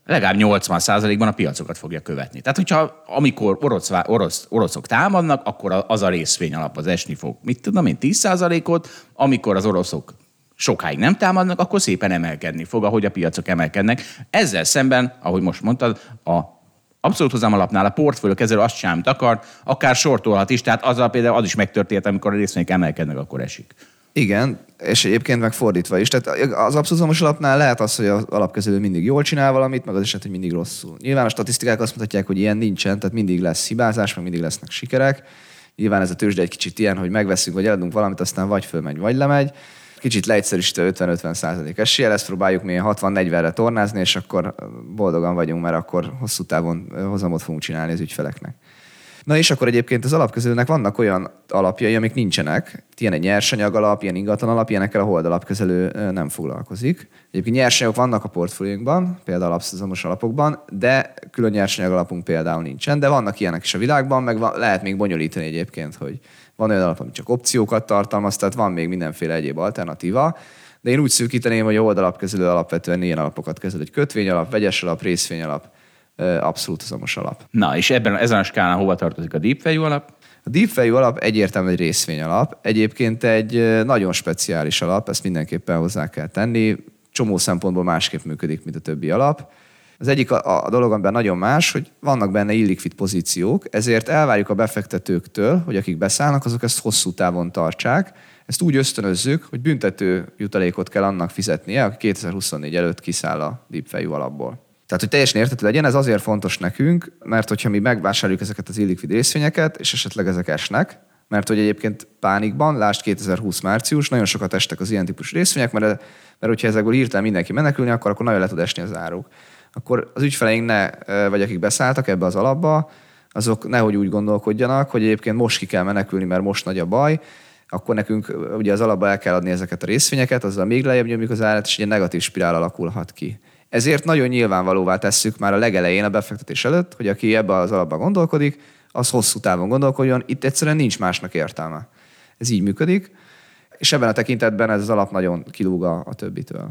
legalább 80%-ban a piacokat fogja követni. Tehát, hogyha amikor oroszok támadnak, akkor az a részvény alap az esni fog. Mit tudom én, 10%-ot, amikor az oroszok sokáig nem támadnak, akkor szépen emelkedni fog, ahogy a piacok emelkednek. Ezzel szemben, ahogy most mondtad, a abszolút hozamalapnál a portfólió kezelő azt sem akar, akár sortolhat is, tehát azzal például az is megtörtént, amikor a részvények emelkednek, akkor esik. Igen, és egyébként megfordítva is. Tehát az abszolút hozamos alapnál lehet az, hogy az alapkezelő mindig jól csinál valamit, meg az is, hogy mindig rosszul. Nyilván a statisztikák azt mutatják, hogy ilyen nincsen, tehát mindig lesz hibázás, meg mindig lesznek sikerek. Nyilván ez a tőzsde egy kicsit ilyen, hogy megveszünk, vagy eladunk valamit, aztán vagy fölmegy, vagy lemegy. Kicsit leegyszerűsítve 50-50% eséllyel, ezt próbáljuk mi 60-40-re tornázni, és akkor boldogan vagyunk, mert akkor hosszú távon hozamot fogunk csinálni az ügyfeleknek. Na és akkor egyébként az alapkezelőnek vannak olyan alapjai, amik nincsenek. Ilyen egy nyersanyag alap, ilyen ingatlan alap, ilyenekkel a Hold alapkezelő nem foglalkozik. Egyébként nyersanyagok vannak a portfóliónkban, például abszolút alapokban, de külön nyersanyag alapunk például nincsen, de vannak ilyenek is a világban, meg lehet még bonyolítani egyébként, hogy van olyan alap, ami csak opciókat tartalmaz, tehát van még mindenféle egyéb alternatíva. De én úgy szűkíteném, hogy a Hold alapkezelő alapvetően ilyen alapokat kezel, hogy kötvény alap, vegyes alap, részvény alap, abszolút hozamos alap. Na, és ezen a skálán hova tartozik a deep value alap? A deep value alap egyértelműen egy részvény alap. Egyébként egy nagyon speciális alap, ezt mindenképpen hozzá kell tenni. Csomó szempontból másképp működik, mint a többi alap. Az egyik a dolog, amiben nagyon más, hogy vannak benne illikvid pozíciók, ezért elvárjuk a befektetőktől, hogy akik beszállnak, azok ezt hosszú távon tartsák. Ezt úgy ösztönözzük, hogy büntető jutalékot kell annak fizetnie, aki 2024 előtt kiszáll a deep value alapból. Tehát, hogy teljesen érthető legyen, ez azért fontos nekünk, mert hogyha mi megvásároljuk ezeket az illikvid részvényeket, és esetleg ezek esnek, mert hogy egyébként pánikban, lásd 2020 március, nagyon sokat estek az ilyen típusú részvények, mert hogyha ezekből hirtelen mindenki menekülni, akkor nagyon le tud esni az áruk. Akkor az ügyfeleink vagy akik beszálltak ebbe az alapba, azok nehogy úgy gondolkodjanak, hogy egyébként most ki kell menekülni, mert most nagy a baj, akkor nekünk ugye az alapba el kell adni ezeket a részvényeket, azzal még lejjebb nyomjuk az árat, és egy negatív spirál alakulhat ki. Ezért nagyon nyilvánvalóvá tesszük már a legelején a befektetés előtt, hogy aki ebbe az alapba gondolkodik, az hosszú távon gondolkodjon, itt egyszerűen nincs másnak értelme. Ez így működik, és ebben a tekintetben ez az alap nagyon kilúg a többitől.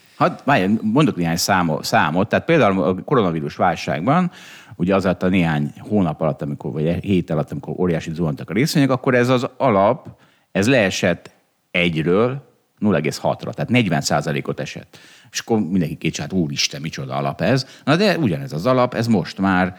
Mondok néhány számot. Tehát például a koronavírus válságban, ugye az alatt a néhány hónap alatt, vagy hét alatt, amikor óriási zuhantak a részvények, akkor ez az alap, ez leesett 1-ről 0,6-ra, tehát 40%-ot esett. És akkor mindenki kétségelt, úristen, micsoda alap ez. Na de ugyanez az alap, ez most már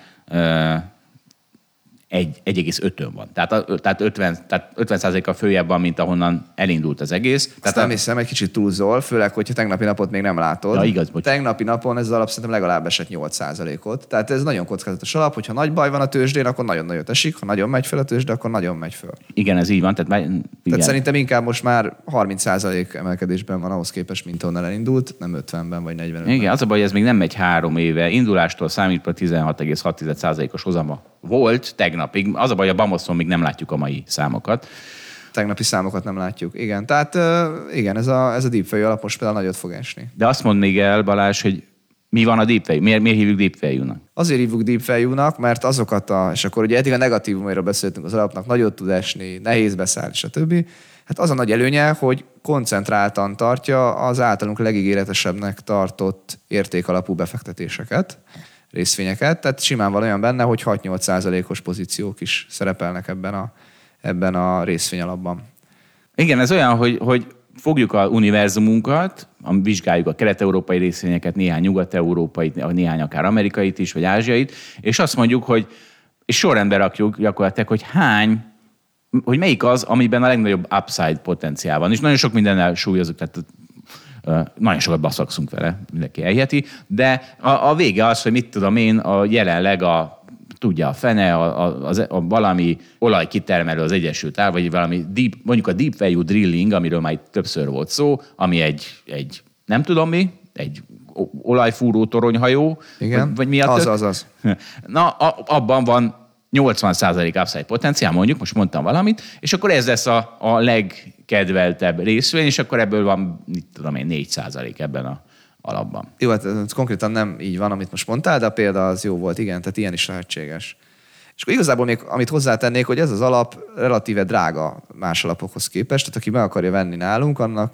1,5-ön van. Tehát 50%-kal följebb van, mint ahonnan elindult az egész. Azt nem hiszem, egy kicsit túlzol, főleg, hogyha tegnapi napot még nem látod. Ja, igaz, tegnapi napon ez az alap szerintem legalább esett 8%-ot. Tehát ez nagyon kockázatos alap, hogyha nagy baj van a tőzsdén, akkor nagyon nagyot esik, ha nagyon megy fel a tőzsde, akkor nagyon megy föl. Igen, ez így van. Tehát szerintem inkább most már 30% emelkedésben van ahhoz képest, mint onnan elindult, nem 50-ben vagy 45-ben. Igen, az a baj, hogy ez még nem megy 3 éve. Indulástól számítva 16,6%-os hozama volt tegnapig. Az a baj, a Bamoszon még nem látjuk a mai számokat. Tegnapi számokat nem látjuk. Igen, tehát igen, ez a deep value alap most például nagyot fog esni. De azt mondd még el, Balázs, hogy mi van a deep value? Miért hívjuk deep value-nak? Azért hívjuk deep value-nak, mert azokat és akkor ugye eddig a negatívumairól beszéltünk az alapnak, nagyot tud esni, nehéz beszállni, stb. Hát az a nagy előnye, hogy koncentráltan tartja az általunk legígéretesebbnek tartott értékalapú befektetéseket, részvényeket, tehát simán van olyan benne, hogy 6-8%-os pozíciók is szerepelnek ebben a részvényalapban. Igen, ez olyan, hogy fogjuk a univerzumunkat, vizsgáljuk a kelet-európai részvényeket, néhány nyugat-európait, néhány akár amerikait is, vagy ázsiait, és azt mondjuk, hogy és sorrendben rakjuk gyakorlatilag, hogy melyik az, amiben a legnagyobb upside potenciál van. És nagyon sok mindennel súlyozunk, tehát nagyon sokat baszakszunk vele, mindenki elhiheti, de a vége az, hogy mit tudom én, jelenleg tudja a fene, a valami olajkitermelő az Egyesült Államok, vagy valami mondjuk a deep value drilling, amiről már itt többször volt szó, ami egy nem tudom mi, egy olajfúró toronyhajó, igen, vagy mi a az. Na, abban van 80% upside potenciál, mondjuk, most mondtam valamit, és akkor ez lesz a legkedveltebb részvény, és akkor ebből van, mit tudom én, 4% ebben a alapban. Jó, hát ez konkrétan nem így van, amit most mondtál, de a példa az jó volt, igen, tehát ilyen is lehetséges. És akkor igazából még amit hozzátennék, hogy ez az alap relatíve drága más alapokhoz képest, tehát aki meg akarja venni nálunk, annak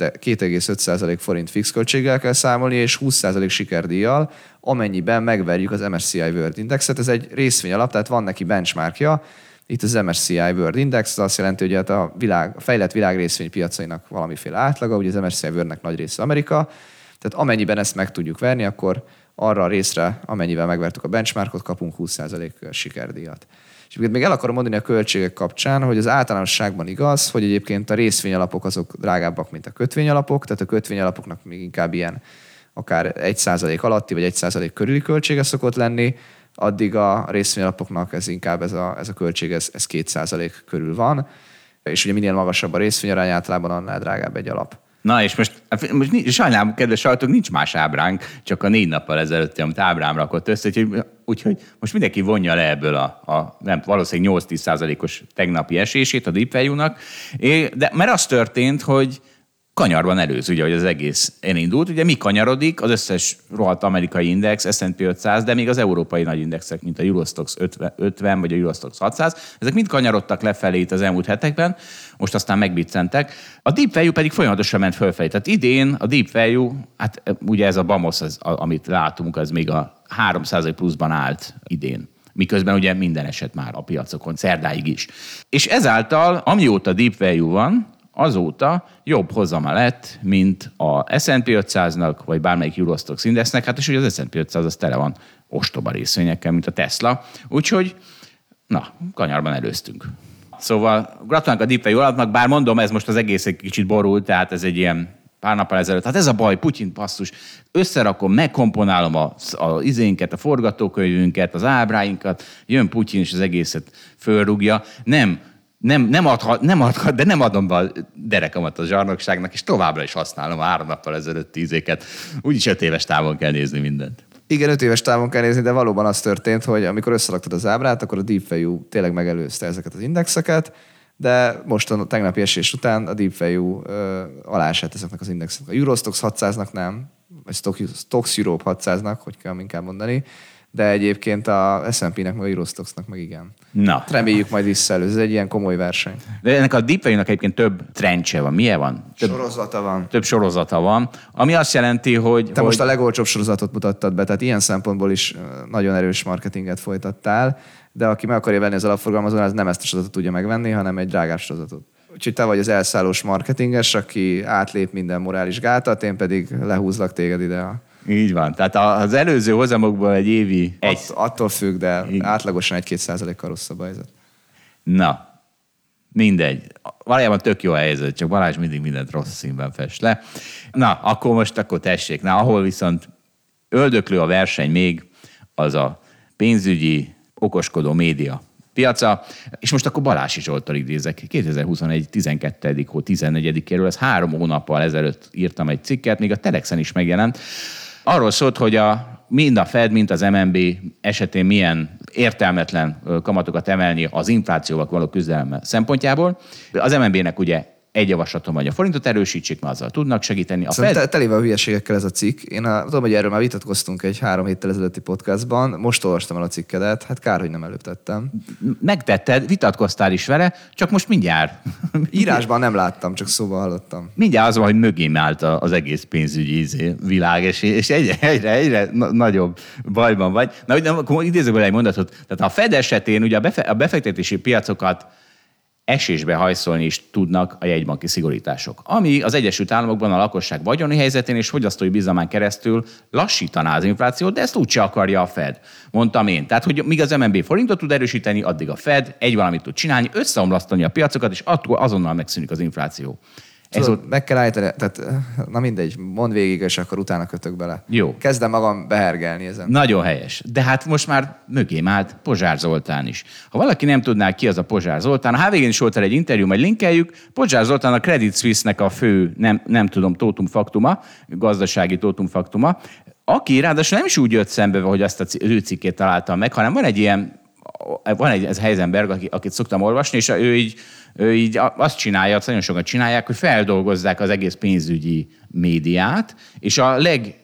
2,5% forint fix költséggel kell számolni, és 20% sikerdíjjal, amennyiben megverjük az MSCI World Indexet. Ez egy részvény alap, tehát van neki benchmarkja. Itt az MSCI World Index, az azt jelenti, hogy a fejlett világ részvénypiacainak valamiféle átlaga, ugye az MSCI Worldnek nagy része Amerika, tehát amennyiben ezt meg tudjuk verni, akkor arra a részre, amennyivel megvertük a benchmarkot, kapunk 20% sikerdíjat. És még el akarom mondani a költségek kapcsán, hogy az általánosságban igaz, hogy egyébként a részvényalapok azok drágábbak, mint a kötvényalapok, tehát a kötvényalapoknak még inkább ilyen akár 1% alatti vagy 1% körüli költsége szokott lenni, addig a részvényalapoknak ez inkább ez a költség, ez 2% körül van, és ugye minél magasabb a részvényarány, általában annál drágább egy alap. Na és most sajnálom, kedves hallgatók, nincs más ábránk, csak a 4 nappal ezelőtt, amit ábrám rakott össze, úgyhogy most mindenki vonja le ebből valószínűleg 8-10%-os tegnapi esését a Deep Value-nak, mert az történt, hogy kanyarban előz, ugye, hogy az egész elindult. Ugye mi kanyarodik? Az összes rohadt amerikai index, S&P 500, de még az európai nagy indexek, mint a Eurostoxx 50 vagy a Eurostoxx 600, ezek mind kanyarodtak lefelé itt az elmúlt hetekben, most aztán megbiccentek. A Deep Value pedig folyamatosan ment fölfelé. Tehát idén a Deep Value, hát ugye ez a BAMOS, amit látunk, az még a 3% pluszban állt idén. Miközben ugye minden eset már a piacokon, szerdáig is. És ezáltal, amióta Deep Value van, azóta jobb hozama lett, mint a S&P 500-nak, vagy bármelyik Eurostoxx indexnek, hát és ugye az S&P 500 az tele van ostoba részvényekkel, mint a Tesla. Úgyhogy, kanyarban előztünk. Szóval gratulálunk a Deep Value alapnak, bár mondom, ez most az egész egy kicsit borult, tehát ez egy ilyen pár nappal ezelőtt. Hát ez a baj, Putyin basszus, összerakom, megkomponálom az izénket, a forgatókönyvünket, az ábráinkat, jön Putyin és az egészet fölrúgja. Nem adhat, de nem adom be a derekamat a zsarnokságnak, és továbbra is használom a 3 nappal ezelőtt ízéket. Úgyis 5 éves távon kell nézni mindent. Igen, 5 éves távon kell nézni, de valóban az történt, hogy amikor összeraktad az ábrát, akkor a Deep Value tényleg megelőzte ezeket az indexeket, de most a tegnapi esés után a Deep Value alá esett ezeknek az indexeknek. A Eurostoxx 600-nak nem, vagy Stoxx Europe 600-nak, hogy kell inkább mondani, de egyébként a S&P-nek, meg a Eurostoxx-nak meg igen. Na. Reméljük majd visszaelőz, ez egy ilyen komoly verseny. De ennek a Deep Value-nak egyébként több trendje van. Milyen van? Sorozata van. Több sorozata van, ami azt jelenti, hogy... Te most a legolcsóbb sorozatot mutattad be, tehát ilyen szempontból is nagyon erős marketinget folytattál, de aki meg akarja venni az alapforgalmazón, az nem ezt a sorozatot tudja megvenni, hanem egy drágább sorozatot. Úgyhogy te vagy az elszállós marketinges, aki átlép minden morális gátat, én pedig lehúzlak téged ide. Így van. Tehát az előző hozamokból egy évi... Attól függ, de átlagosan 1-2%-kal rosszabb a helyzet. Na, mindegy. Valójában tök jó a helyzet, csak Balázs mindig mindent rossz színben fest le. Na, akkor tessék. Na, ahol viszont öldöklő a verseny még, az a pénzügyi okoskodó média piaca, és most akkor Balási Zsolttól idézek. 2021. 12. hó 14-éről, ez 3 hónappal ezelőtt írtam egy cikket, még a Telexen is megjelent. Arról szólt, hogy mind a Fed, mint az MNB esetén milyen értelmetlen kamatokat emelni az inflációval való küzdelme szempontjából. Az MNB-nek ugye egy javaslatom, hogy a forintot erősítsék, mert azzal tudnak segíteni. Teléve a hülyeségekkel ez a cikk. Én tudom, hogy erről már vitatkoztunk egy 3 héttel ezelőtti podcastban. Most olvastam el a cikkedet, hát kár, hogy nem előbb tettem. Megtetted, vitatkoztál is vele, csak most mindjárt. Írásban nem láttam, csak szóval hallottam. Mindjárt az van, hogy mögém állt az egész pénzügyi világ, és egyre nagyobb bajban vagy. Na, akkor idézők bele egy mondatot. Tehát a Fed esetén ugye a befektetési piacokat esésbe hajszolni is tudnak a jegybanki szigorítások, ami az Egyesült Államokban a lakosság vagyoni helyzetén és fogyasztói bizalmán keresztül lassítaná az inflációt, de ezt úgyse akarja a Fed, mondtam én. Tehát, hogy míg az MNB forintot tud erősíteni, addig a Fed egy valamit tud csinálni, összeomlasztani a piacokat, és attól azonnal megszűnik az infláció. Tudod, meg kell állítani, tehát na mindegy, mondd végig, és akkor utána kötök bele. Jó. Kezdem magam behergelni ezen. Nagyon helyes. De hát most már mögém állt Pozsár Zoltán is. Ha valaki nem tudná, ki az a Pozsár Zoltán, a HVG-n is volt el egy interjú, majd linkeljük. Pozsár Zoltán a Credit Suisse-nek a fő, nem tudom, totum factuma, gazdasági totum factuma, aki ráadásul nem is úgy jött szembe, hogy azt az ő cikkét találtam meg, hanem van egy Heisenberg, akit szoktam olvasni, és ő így azt csinálja, azt nagyon sokan csinálják, hogy feldolgozzák az egész pénzügyi médiát, és a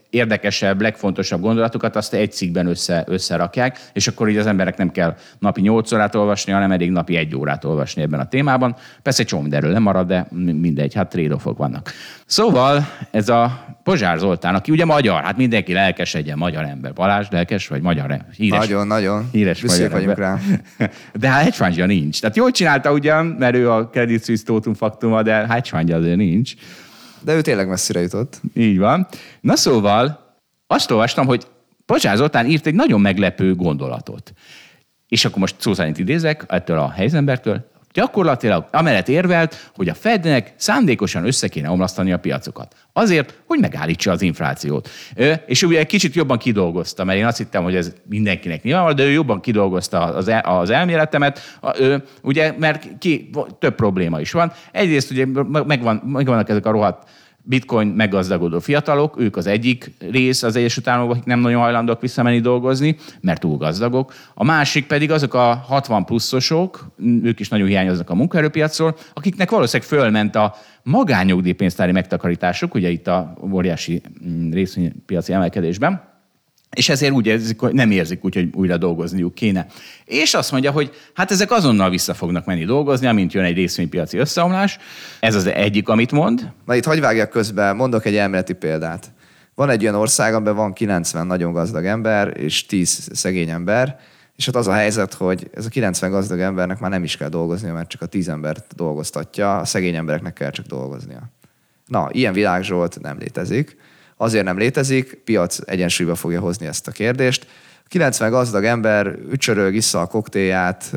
legérdekesebb, legfontosabb gondolatokat azt egy cikkben összerakják, és akkor így az emberek nem kell napi 8 órát olvasni, hanem eddig napi 1 órát olvasni ebben a témában. Persze egy csomó mindenről nem marad, de mindegy, hát trade-offok vannak. Szóval ez a Pozsár Zoltán, aki ugye magyar, hát mindenki lelkesedjen, magyar ember. Balázs lelkes vagy magyar? Híres, nagyon. Híres Büszkék magyar vagyunk ember. rá. De hát hedgefundja nincs. Tehát jól csinálta ugyan, mert ő a Credit Suisse Totum Factuma, de hedgefundja azért nincs. De ő tényleg messzire jutott. Így van. Na szóval azt olvastam, hogy Pozsár Zoltán írt egy nagyon meglepő gondolatot. És akkor most szó szerint idézek ettől a helyzembertől. Gyakorlatilag amellett érvelt, hogy a Fednek szándékosan össze kéne omlasztani a piacokat. Azért, hogy megállítsa az inflációt. És ugye egy kicsit jobban kidolgozta, mert én azt hittem, hogy ez mindenkinek nyilvánvaló, de ő jobban kidolgozta az elméletemet, ugye, mert több probléma is van. Egyrészt ugye megvannak ezek a rohadt bitcoin meggazdagodó fiatalok, ők az egyik rész az Egyesült Államokban, akik nem nagyon hajlandók visszamenni dolgozni, mert túl gazdagok. A másik pedig azok a 60 pluszosok, ők is nagyon hiányoznak a munkaerőpiacról, akiknek valószínűleg fölment a magánnyugdíjpénztári megtakarításuk, ugye itt a óriási részvénypiaci emelkedésben, és ezért úgy érzik, hogy nem érzik úgy, hogy újra dolgozniuk kéne. És azt mondja, hogy hát ezek azonnal vissza fognak menni dolgozni, amint jön egy részvénypiaci összeomlás. Ez az egyik, amit mond. Na itt hagyj vágjak közbe, mondok egy elméleti példát. Van egy olyan ország, amiben van 90 nagyon gazdag ember és 10 szegény ember, és hát az a helyzet, hogy ez a 90 gazdag embernek már nem is kell dolgoznia, mert csak a 10 embert dolgoztatja, a szegény embereknek kell csak dolgoznia. Na, ilyen világ, Zsolt, nem létezik. Azért nem létezik, piac egyensúlyba fogja hozni ezt a kérdést. 90 gazdag ember ücsörög, issza a koktélját,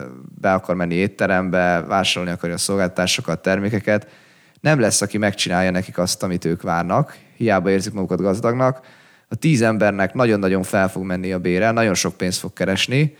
be akar menni étterembe, vásárolni akarja a szolgáltatásokat, termékeket. Nem lesz, aki megcsinálja nekik azt, amit ők várnak, hiába érzik magukat gazdagnak. A 10 embernek nagyon-nagyon fel fog menni a bére, nagyon sok pénzt fog keresni,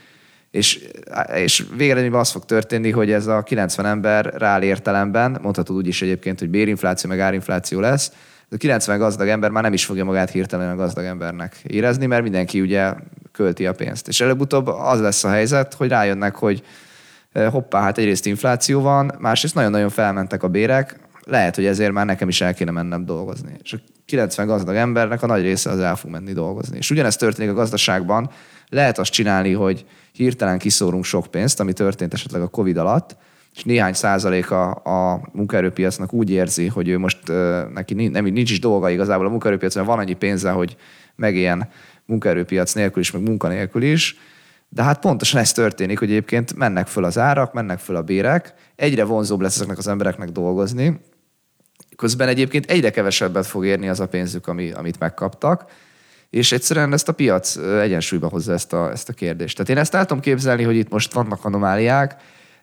és végeredményben az fog történni, hogy ez a 90 ember reál értelemben, mondhatod úgy is egyébként, hogy bérinfláció meg árinfláció lesz, a 90 gazdag ember már nem is fogja magát hirtelen a gazdag embernek érezni, mert mindenki ugye költi a pénzt. És előbb-utóbb az lesz a helyzet, hogy rájönnek, hogy hoppá, hát egyrészt infláció van, másrészt nagyon-nagyon felmentek a bérek, lehet, hogy ezért már nekem is el kéne mennem dolgozni. És a 90 gazdag embernek a nagy része az el fog menni dolgozni. És ugyanezt történik a gazdaságban, lehet azt csinálni, hogy hirtelen kiszórunk sok pénzt, ami történt esetleg a Covid alatt, és néhány százaléka a munkaerőpiacnak úgy érzi, hogy ő most neki nincs is dolga igazából a munkaerőpiacon, van annyi pénze, hogy megéljen munkaerőpiac nélkül is, meg munkanélkül is. De hát pontosan ez történik, hogy egyébként mennek föl az árak, mennek föl a bérek, egyre vonzóbb lesz ezeknek az embereknek dolgozni, közben egyébként egyre kevesebbet fog érni az a pénzük, amit megkaptak, és egyszerűen ezt a piac egyensúlyba hozza ezt a kérdést. Tehát én ezt el tudom képzelni, hogy itt most vannak anomáliák,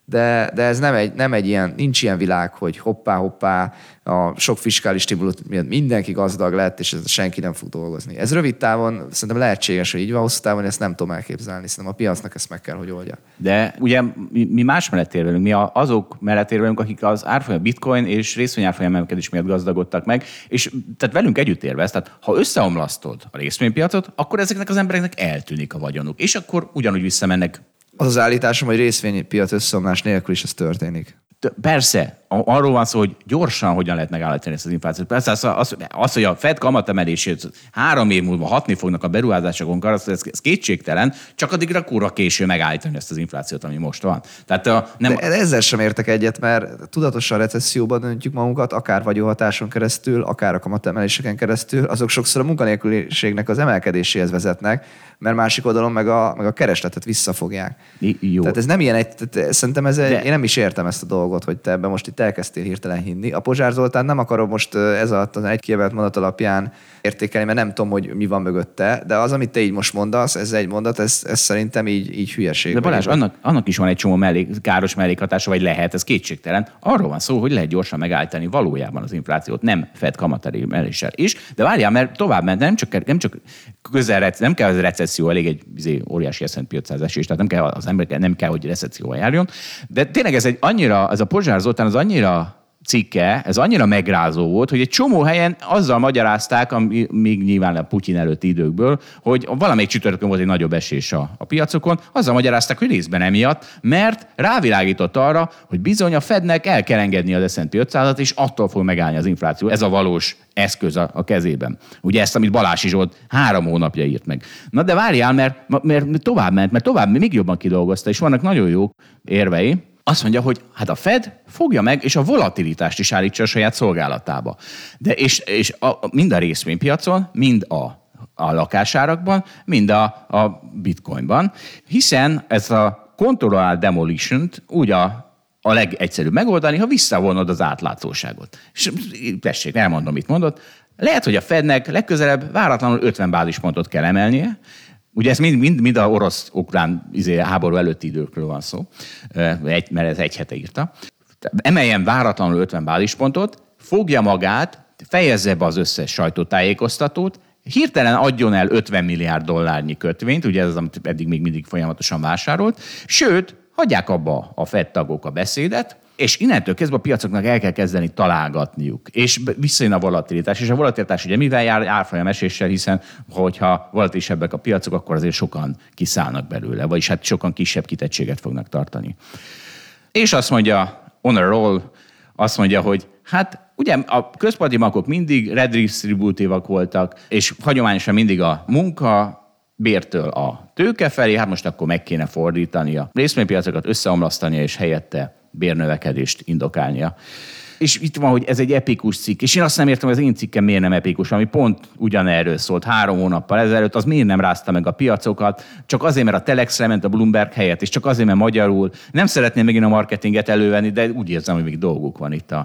de ez nem egy ilyen, nincs ilyen világ, hogy hoppá, a sok fiskális stimulus miatt mindenki gazdag lett, és senki nem fog dolgozni. Ez rövid távon szerintem lehetséges, hogy így van, hosszú távon ezt nem tudom elképzelni, szerintem a piacnak ezt meg kell, hogy oldja. De ugye mi más mellett érvelünk, mi azok mellett érvelünk, akik az árfolyam bitcoin és részvényárfolyam emelkedés miatt gazdagodtak meg, és tehát velünk együtt érvesz, tehát ha összeomlasztod a részvénypiacot, akkor ezeknek az embereknek eltűnik a vagyonuk, és akkor ugyanúgy visszamennek. Az az állításom, hogy részvénypiac összeomlás nélkül is ez történik. Persze, arról van szó, hogy gyorsan hogyan lehet megállítani ezt az inflációt. Persze az, hogy a Fed kamatemelését 3 év múlva hatni fognak a beruházásokon keresztül, ez kétségtelen, csak addigra kurva késő megállítani ezt az inflációt, ami most van. Tehát de ezzel sem értek egyet, mert tudatosan recesszióban döntjük magunkat, akár vagyonhatáson keresztül, akár a kamatemeléseken keresztül, azok sokszor a munkanélküliségnek az emelkedéséhez vezetnek, mert másik oldalon meg a keresletet visszafogják. Jó. Tehát ez nem ilyen szerintem én nem is értem ezt a dolgot, hogy te ebben most itt elkezdtél hirtelen hinni. A Pozsár Zoltán nem akarom most ez alatt az egy kiemelt mondat alapján értékelni, mert nem tudom, hogy mi van mögötte, de az, amit te így most mondasz, ez egy mondat, ez szerintem így hülyeség. De Balázs, annak is van egy csomó káros mellékhatása, vagy lehet, ez kétségtelen. Arról van szó, hogy lehet gyorsan megállítani valójában az inflációt, nem Fed kamatemeléssel is. De várjál, mert tovább ment, nem csak nem kell az recesszió, elég egy óriási S&P 500 esés, tehát nem kell az emberek, nem kell, hogy recesszióval járjon. De tényleg ez a Pozsár Zoltán az annyira cikke, ez annyira megrázó volt, hogy egy csomó helyen azzal magyarázták, még nyilván a Putyin előtti időkből, hogy valamelyik csütörtökön volt egy nagyobb esés a piacokon, azzal magyarázták, hogy részben emiatt, mert rávilágított arra, hogy bizony a Fednek el kell engedni az S&P 500-at, és attól fog megállni az infláció. Ez a valós eszköz a kezében. Ugye ezt, amit Balási Zsolt 3 hónapja írt meg. Na de várjál, mert tovább ment, mert tovább még jobban kidolgozta, és vannak nagyon jó érvei. Azt mondja, hogy hát a Fed fogja meg, és a volatilitást is állítsa a saját szolgálatába. De mind a részvénypiacon, mind a lakásárakban, mind a bitcoinban, hiszen ez a controlled demolition-t úgy a legegyszerűbb megoldani, ha visszavonod az átlátszóságot. És tessék, elmondom, mit mondott. Lehet, hogy a Fednek legközelebb váratlanul 50 bázispontot kell emelnie. Ugye ez mind a orosz-ukrán háború előtti időkről van szó, mert ez egy hete írta. Emeljen váratlanul 50 bázispontot, fogja magát, fejezze be az összes sajtótájékoztatót, hirtelen adjon el 50 milliárd dollárnyi kötvényt, ugye ez az, amit eddig még mindig folyamatosan vásárolt, sőt, hagyják abba a Fed tagok a beszédet, és innentől kezdve a piacoknak el kell kezdeni találgatniuk. És visszajön a volatilitás. És a volatilitás ugye mivel jár? Árfolyam eséssel, hiszen hogyha volatilisebbek a piacok, akkor azért sokan kiszállnak belőle, vagyis hát sokan kisebb kitettséget fognak tartani. És azt mondja, on a roll, azt mondja, hogy hát ugye a központi bankok mindig redistributívak voltak, és hagyományosan mindig a munka bértől a tőke felé, hát most akkor meg kéne fordítani a részvénypiacokat, összeomlasztania és helyette bérnövekedést indokálnia. És itt van, hogy ez egy epikus cikk, és én azt nem értem, hogy az én cikkem miért nem epikus, ami pont ugyanerről szólt 3 hónappal ezelőtt, az miért nem rázta meg a piacokat, csak azért, mert a Telexre ment a Bloomberg helyett, és csak azért, mert magyarul. Nem szeretném megint a marketinget elővenni, de úgy érzem, hogy még dolguk van itt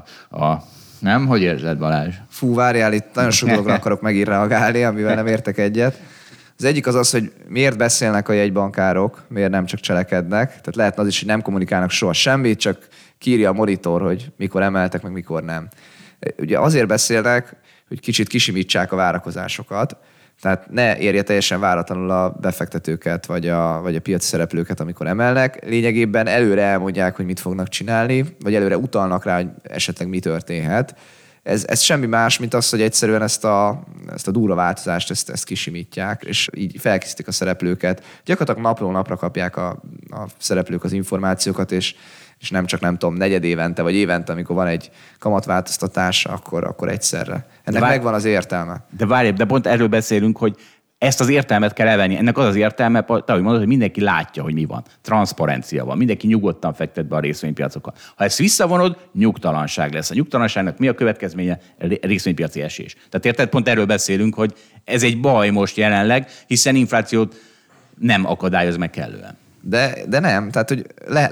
Nem? Hogy érzed, Balázs? Fú, várjál, itt nagyon sok dologra akarok megint reagálni, amivel nem értek egyet. Az egyik az, hogy miért beszélnek a jegybankárok, miért nem csak cselekednek. Tehát lehetne az is, hogy nem kommunikálnak soha semmit, csak kírja a monitor, hogy mikor emeltek, meg mikor nem. Ugye azért beszélnek, hogy kicsit kisimítsák a várakozásokat, tehát ne érje teljesen váratlanul a befektetőket, vagy a piaci szereplőket, amikor emelnek. Lényegében előre elmondják, hogy mit fognak csinálni, vagy előre utalnak rá, hogy esetleg mi történhet. Ez semmi más, mint az, hogy egyszerűen ezt a durva változást ezt kisimítják, és így felkészítik a szereplőket. Gyakorlatilag napról napra kapják a szereplők az információkat, és nem csak, nem tudom, negyedévente vagy évente, amikor van egy kamatváltoztatás, akkor egyszerre. Ennek megvan az értelme. De várj, de pont erről beszélünk, hogy ezt az értelmet kell elvenni. Ennek az értelme, te ahogy mondod, hogy mindenki látja, hogy mi van. Transzparencia van. Mindenki nyugodtan fektet be a részvénypiacokon. Ha ezt visszavonod, nyugtalanság lesz. A nyugtalanságnak mi a következménye? Részvénypiaci esés. Tehát érted, pont erről beszélünk, hogy ez egy baj most jelenleg, hiszen inflációt nem akadályoz meg kellően. De nem, tehát hogy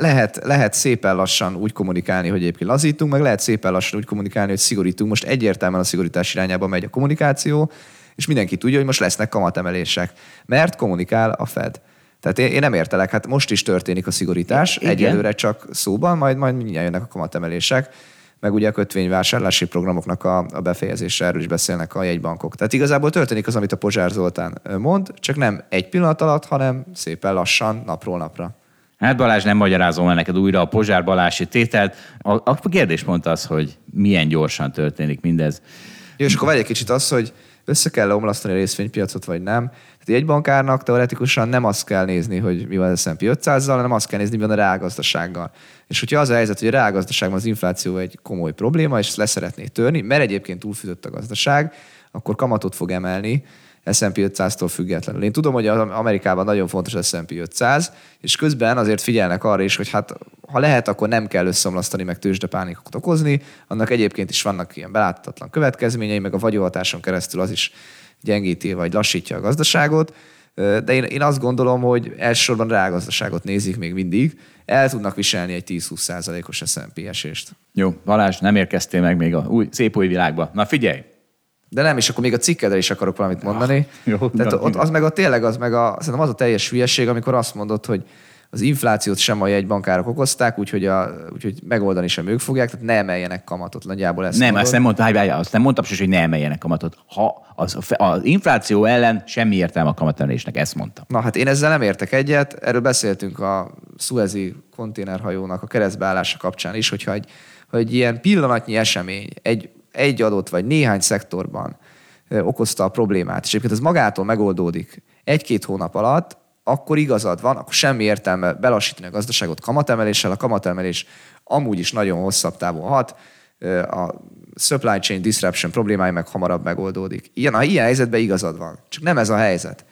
lehet szépen lassan úgy kommunikálni, hogy egyébként lazítunk, meg lehet szépen lassan úgy kommunikálni, hogy szigorítunk. Most egyértelműen a szigorítás irányába megy a kommunikáció, és mindenki tudja, hogy most lesznek kamatemelések, mert kommunikál a Fed. Tehát én nem értelek, hát most is történik a szigorítás, egyelőre csak szóban, majd mindjárt jönnek a kamatemelések, meg ugye a kötvényvásárlási programoknak a befejezése, erről is beszélnek a jegybankok. Tehát igazából történik az, amit a Pozsár Zoltán mond, csak nem egy pillanat alatt, hanem szépen lassan, napról napra. Hát Balázs, nem magyarázom el neked újra a Pozsár-Balási tételt. A kérdéspont az, hogy milyen gyorsan történik mindez. Jó, és akkor várj egy kicsit az, hogy össze kell omlasztani a részvénypiacot, vagy nem. Tehát egy bankárnak teoretikusan nem azt kell nézni, hogy mi van az S&P 500-zal, hanem azt kell nézni, mi van a reálgazdasággal. És hogyha az a helyzet, hogy a reálgazdaságban az infláció egy komoly probléma, és ezt leszeretné törni, mert egyébként túlfűtött a gazdaság, akkor kamatot fog emelni S&P 500-tól függetlenül. Én tudom, hogy Amerikában nagyon fontos az S&P 500, és közben azért figyelnek arra is, hogy hát ha lehet, akkor nem kell összeomlasztani, meg tőzsdepánikokat okozni. Annak egyébként is vannak ilyen beláthatatlan következményei, meg a vagyonhatáson keresztül az is gyengíti vagy lassítja a gazdaságot. De én azt gondolom, hogy elsősorban reálgazdaságot nézik még mindig. El tudnak viselni egy 10-20%-os S&P esést. Jó, Balázs, nem érkeztél meg még a szép új világba. Na figyelj! De nem, és akkor még a cikkedre is akarok valamit mondani. Jó, tehát az meg szerintem az a teljes hülyeség, amikor azt mondod, hogy az inflációt sem a jegybankárok okozták, úgyhogy megoldani sem ők fogják, tehát ne emeljenek kamatot. Nagyjából ezt nem, azt nem mondtam, hogy ne emeljenek kamatot. Ha az infláció ellen semmi értelme a kamatemelésnek, ezt mondtam. Na hát én ezzel nem értek egyet, erről beszéltünk a Suezi konténerhajónak a keresztbeállása kapcsán is, hogyha hogy ilyen pillanatnyi esemény egy adott vagy néhány szektorban okozta a problémát, és egyébként ez magától megoldódik 1-2 hónap alatt, akkor igazad van, akkor semmi értelme belassítani a gazdaságot kamatemeléssel. A kamatemelés amúgy is nagyon hosszabb távon hat, a supply chain disruption problémája meg hamarabb megoldódik. Ilyen helyzetben igazad van. Csak nem ez a helyzet.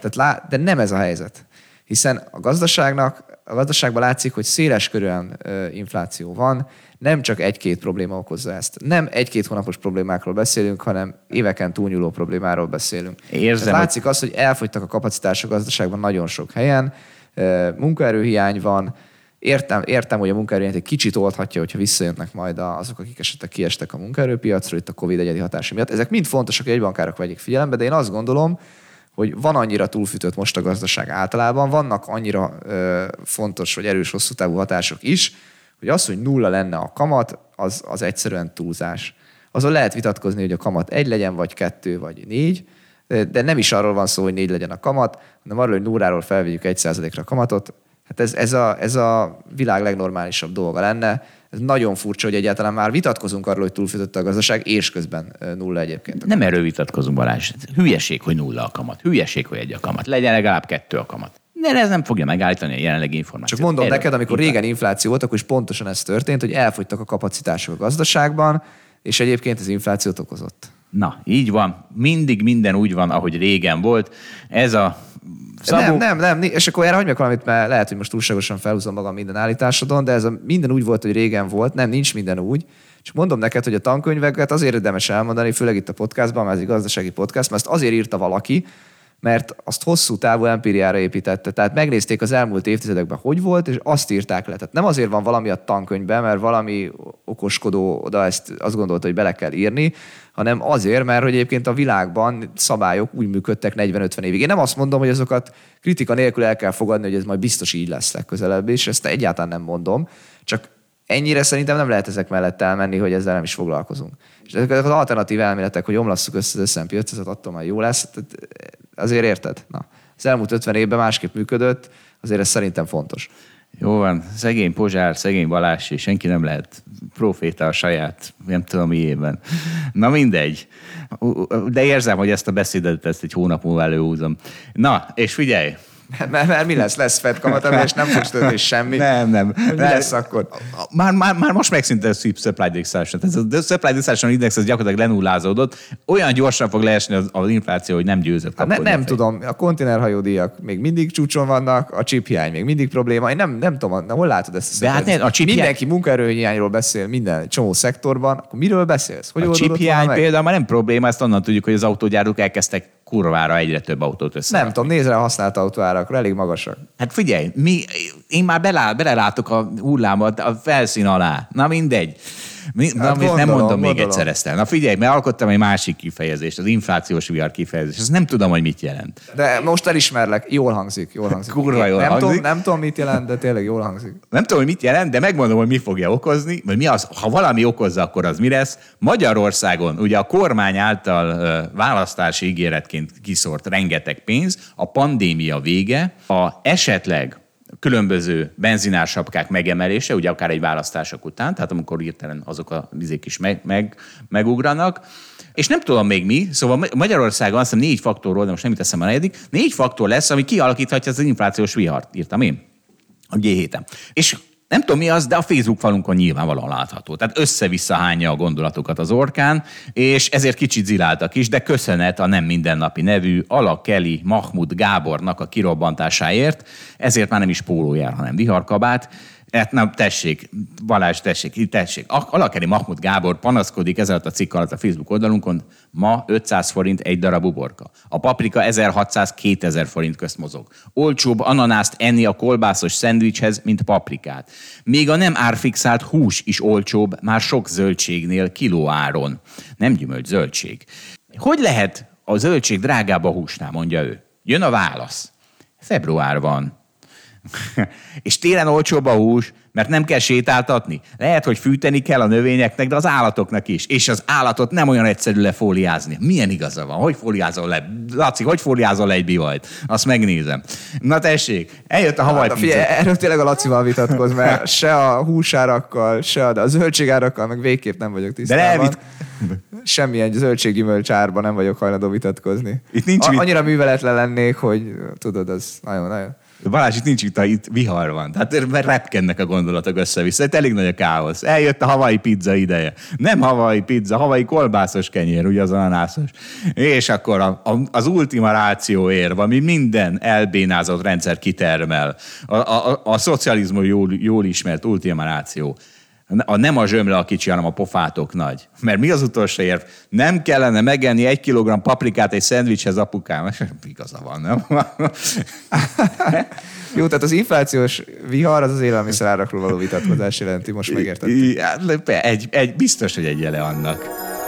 De nem ez a helyzet. Hiszen a gazdaságban látszik, hogy széles körűen infláció van, nem csak 1-2 probléma okozza ezt. Nem 1-2 hónapos problémákról beszélünk, hanem éveken túlnyúló problémáról beszélünk. Látszik az, hogy elfogytak a kapacitások a gazdaságban nagyon sok helyen, munkaerőhiány van. Értem, hogy a munkaerőhiányt egy kicsit oldhatja, hogyha visszajönnek majd azok, akik esetleg kiestek a munkaerőpiacról itt a Covid egyedi hatása miatt. Ezek mind fontosak, hogy egybankárok vegyék figyelembe, de én azt gondolom, hogy van annyira túlfűtött most a gazdaság általában, vannak annyira fontos vagy erős hosszú távú hatások is, hogy az, hogy 0 lenne a kamat, az egyszerűen túlzás. Azon lehet vitatkozni, hogy a kamat 1 legyen, vagy 2, vagy 4, de nem is arról van szó, hogy 4 legyen a kamat, hanem arról, hogy 0-ról felvegyük 1%-ra a kamatot. Hát ez a világ legnormálisabb dolga lenne. Ez nagyon furcsa, hogy egyáltalán már vitatkozunk arról, hogy túlfűtött a gazdaság, és közben 0 egyébként. Nem erről vitatkozunk, Balázs. Hülyeség, hogy 0 a kamat. Hülyeség, hogy 1 a kamat. Legyen legalább 2 a kamat. De ez nem fogja megállítani a jelenlegi információt. Csak mondom neked, amikor régen infláció volt, akkor is pontosan ez történt, hogy elfogytak a kapacitások a gazdaságban, és egyébként ez inflációt okozott. Na, így van. Mindig minden úgy van, ahogy régen volt. Ez a Szabó... Nem, és akkor erre hagyjuk valamit, mert lehet, hogy most túlságosan felhúzom magam minden állításodon, de ez minden úgy volt, hogy régen volt, nem, nincs minden úgy. Csak mondom neked, hogy a tankönyveket azért érdemes elmondani, főleg itt a podcastban, mert ez egy gazdasági podcast, mert ezt azért írta valaki, mert azt hosszú távú empíriára építette. Tehát megnézték az elmúlt évtizedekben, hogy volt, és azt írták le. Tehát nem azért van valami a tankönyvben, mert valami okoskodó oda ezt azt gondolta, hogy bele kell írni, hanem azért, mert hogy egyébként a világban szabályok úgy működtek 40-50 évig. Én nem azt mondom, hogy azokat kritika nélkül el kell fogadni, hogy ez majd biztos így lesz legközelebb, és ezt egyáltalán nem mondom, csak ennyire szerintem nem lehet ezek mellett elmenni, hogy ezzel nem is foglalkozunk. És ezek az alternatív elméletek, hogy omlasszuk össze az S&P 500-at, attól már jó lesz, azért érted? Na, az elmúlt 50 évben másképp működött, azért ez szerintem fontos. Jó van, szegény Pozsár, szegény Balázs, és senki nem lehet proféta a saját, nem tudom miében. Na mindegy. De érzem, hogy ezt a beszédet ezt egy hónap múlva előhúzom. Na, és figyelj! Mert mi lesz? Lesz Fed kamatemelés, nem fogsz történni semmi. Nem. Mi lesz akkor? Már most megszinte a supply disruption. Ez a supply disruption index az gyakorlatilag lenullázódott. Olyan gyorsan fog leesni az infláció, hogy nem győzött kapkodni. Nem tudom. A konténerhajódíjak még mindig csúcson vannak, a chiphiány még mindig probléma. Én nem tudom, hol látod ezt a mindenki munkaerőhiányról beszél minden csomó szektorban. Akkor miről beszélsz? Hogy a chiphiány például már nem probléma, ezt onnan tudjuk, hogy az autógyártók elkezdtek kurvára egyre több autót össze. Nem tudom, nézd rá a használt autóárakra, elég magasak. Hát figyelj, én már belelátok a hullámot a felszín alá. Na mindegy. Nem mondom még egyszer ezt el. Na figyelj, mert alkottam egy másik kifejezést, az inflációs vihar kifejezést. Ezt nem tudom, hogy mit jelent. De most elismerlek, jól hangzik. Kurva jól hangzik. Nem tudom, mit jelent, de tényleg jól hangzik. Nem tudom, hogy mit jelent, de megmondom, hogy mi fogja okozni, vagy mi az, ha valami okozza, akkor az mi lesz. Magyarországon ugye a kormány által választási ígéretként kiszórt rengeteg pénz, a pandémia vége, a esetleg különböző benzinársapkák megemelése, ugye akár egy választások után, tehát amikor hirtelen azok a vizék is megugranak, és nem tudom még mi, szóval Magyarországon azt hiszem 4 faktorról, de most nem jut eszembe a negyedik, 4 faktor lesz, ami kialakíthatja az inflációs vihart, írtam én a G7-en. És nem tudom mi az, de a Facebook falunkon nyilvánvalóan látható. Tehát össze-vissza hányja a gondolatokat az orkán, és ezért kicsit ziláltak is, de köszönet a nem mindennapi nevű Ala Kelly Mahmud Gábornak a kirobbantásáért, ezért már nem is póló jár, hanem viharkabát. Hát nem, tessék, Balázs, tessék. Ala Kelly Mahmud Gábor panaszkodik ezzel a cikk alatt a Facebook oldalunkon, ma 500 forint egy darab uborka. A paprika 1600-2000 forint közt mozog. Olcsóbb ananászt enni a kolbászos szendvicshez, mint paprikát. Még a nem árfixált hús is olcsóbb, már sok zöldségnél kilóáron. Nem gyümölcs, zöldség. Hogy lehet a zöldség drágább a húsnál, mondja ő? Jön a válasz. Február van. És télen olcsóbb a hús, Mert nem kell sétáltatni. Lehet, hogy fűteni kell a növényeknek, de az állatoknak is. És az állatot nem olyan egyszerű lefóliázni. Milyen igaza van? Hogy fóliázol le? Laci, hogy fóliázol le egy bivajt? Azt megnézem. Na tessék, eljött a Hawaii pizza. Erről tényleg a Lacival vitatkoz, mert se a húsárakkal, se a zöldségárakkal, meg végképp nem vagyok tisztában. Semmilyen zöldséggyümölcs árban nem vagyok hajlandó vitatkozni. Itt nincs annyira műveletlen lennék, hogy tudod, az nagyon-nagyon... Balázs, itt nincs itt vihar van. Tehát mert repkednek a gondolatok össze-vissza. Itt elég nagy a káosz. Eljött a Hawaii pizza ideje. Nem Hawaii pizza, Hawaii kolbászos kenyér, ugye az ananászos. És akkor az ultima ráció érv, ami minden elbénázott rendszer kitermel. A szocializmus jól ismert ultima ráció. Nem a zsömle a kicsi, hanem a pofátok nagy. Mert mi az utolsó érv? Nem kellene megenni 1 kilogramm paprikát egy szendvicshez, apukám? Igaza van, nem? Jó, tehát az inflációs vihar az élelmiszerárakról való vitatkozás jelenti, most megértettük. Biztos, hogy egy jele annak.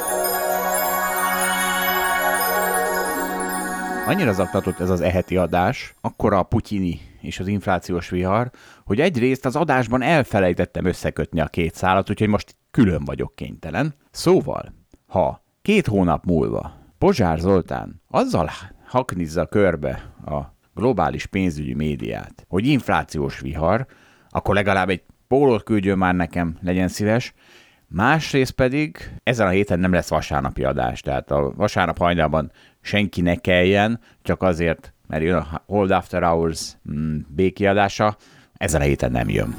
Annyira zaklatott ez az eheti adás, akkora a putyini és az inflációs vihar, hogy egyrészt az adásban elfelejtettem összekötni a két szálat, úgyhogy most külön vagyok kénytelen. Szóval, ha 2 hónap múlva Pozsár Zoltán azzal haknizza körbe a globális pénzügyi médiát, hogy inflációs vihar, akkor legalább egy pólót küldjön már nekem, legyen szíves. Másrészt pedig ezen a héten nem lesz vasárnapi adás, tehát a vasárnap hajnalban senki ne kelljen, csak azért, mert jön a Hold After Hours B-kiadása, ezen a héten nem jön.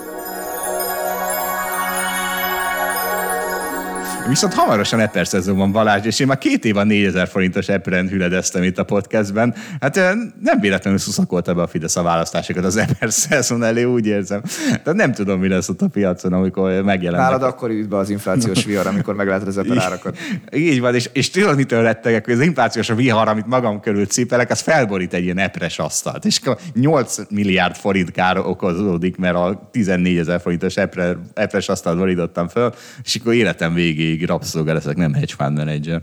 Viszont hamarosan Eper szezon van, Balázs, és én már 2 éve 4000 forintos Eperen hüledeztem itt a podcastben. Hát nem véletlenül szuszakolta be a Fidesz a választásokat az Eper szezon elé, úgy érzem. Tehát nem tudom, mi lesz ott a piacon, amikor megjelennek. Nálad akkor üt be az inflációs vihar, amikor meglátod az Eper árakat. Így van, és tudod, mitől rettegek, hogy az inflációs vihar, amit magam körül cipelek, az felborít egy ilyen epres asztalt. És 8 milliárd forint kár okozódik, mert a 14 000 forintos epres asztalt borítottam föl, és akkor életem végéig rabszolga leszek, nem hedge fund manager.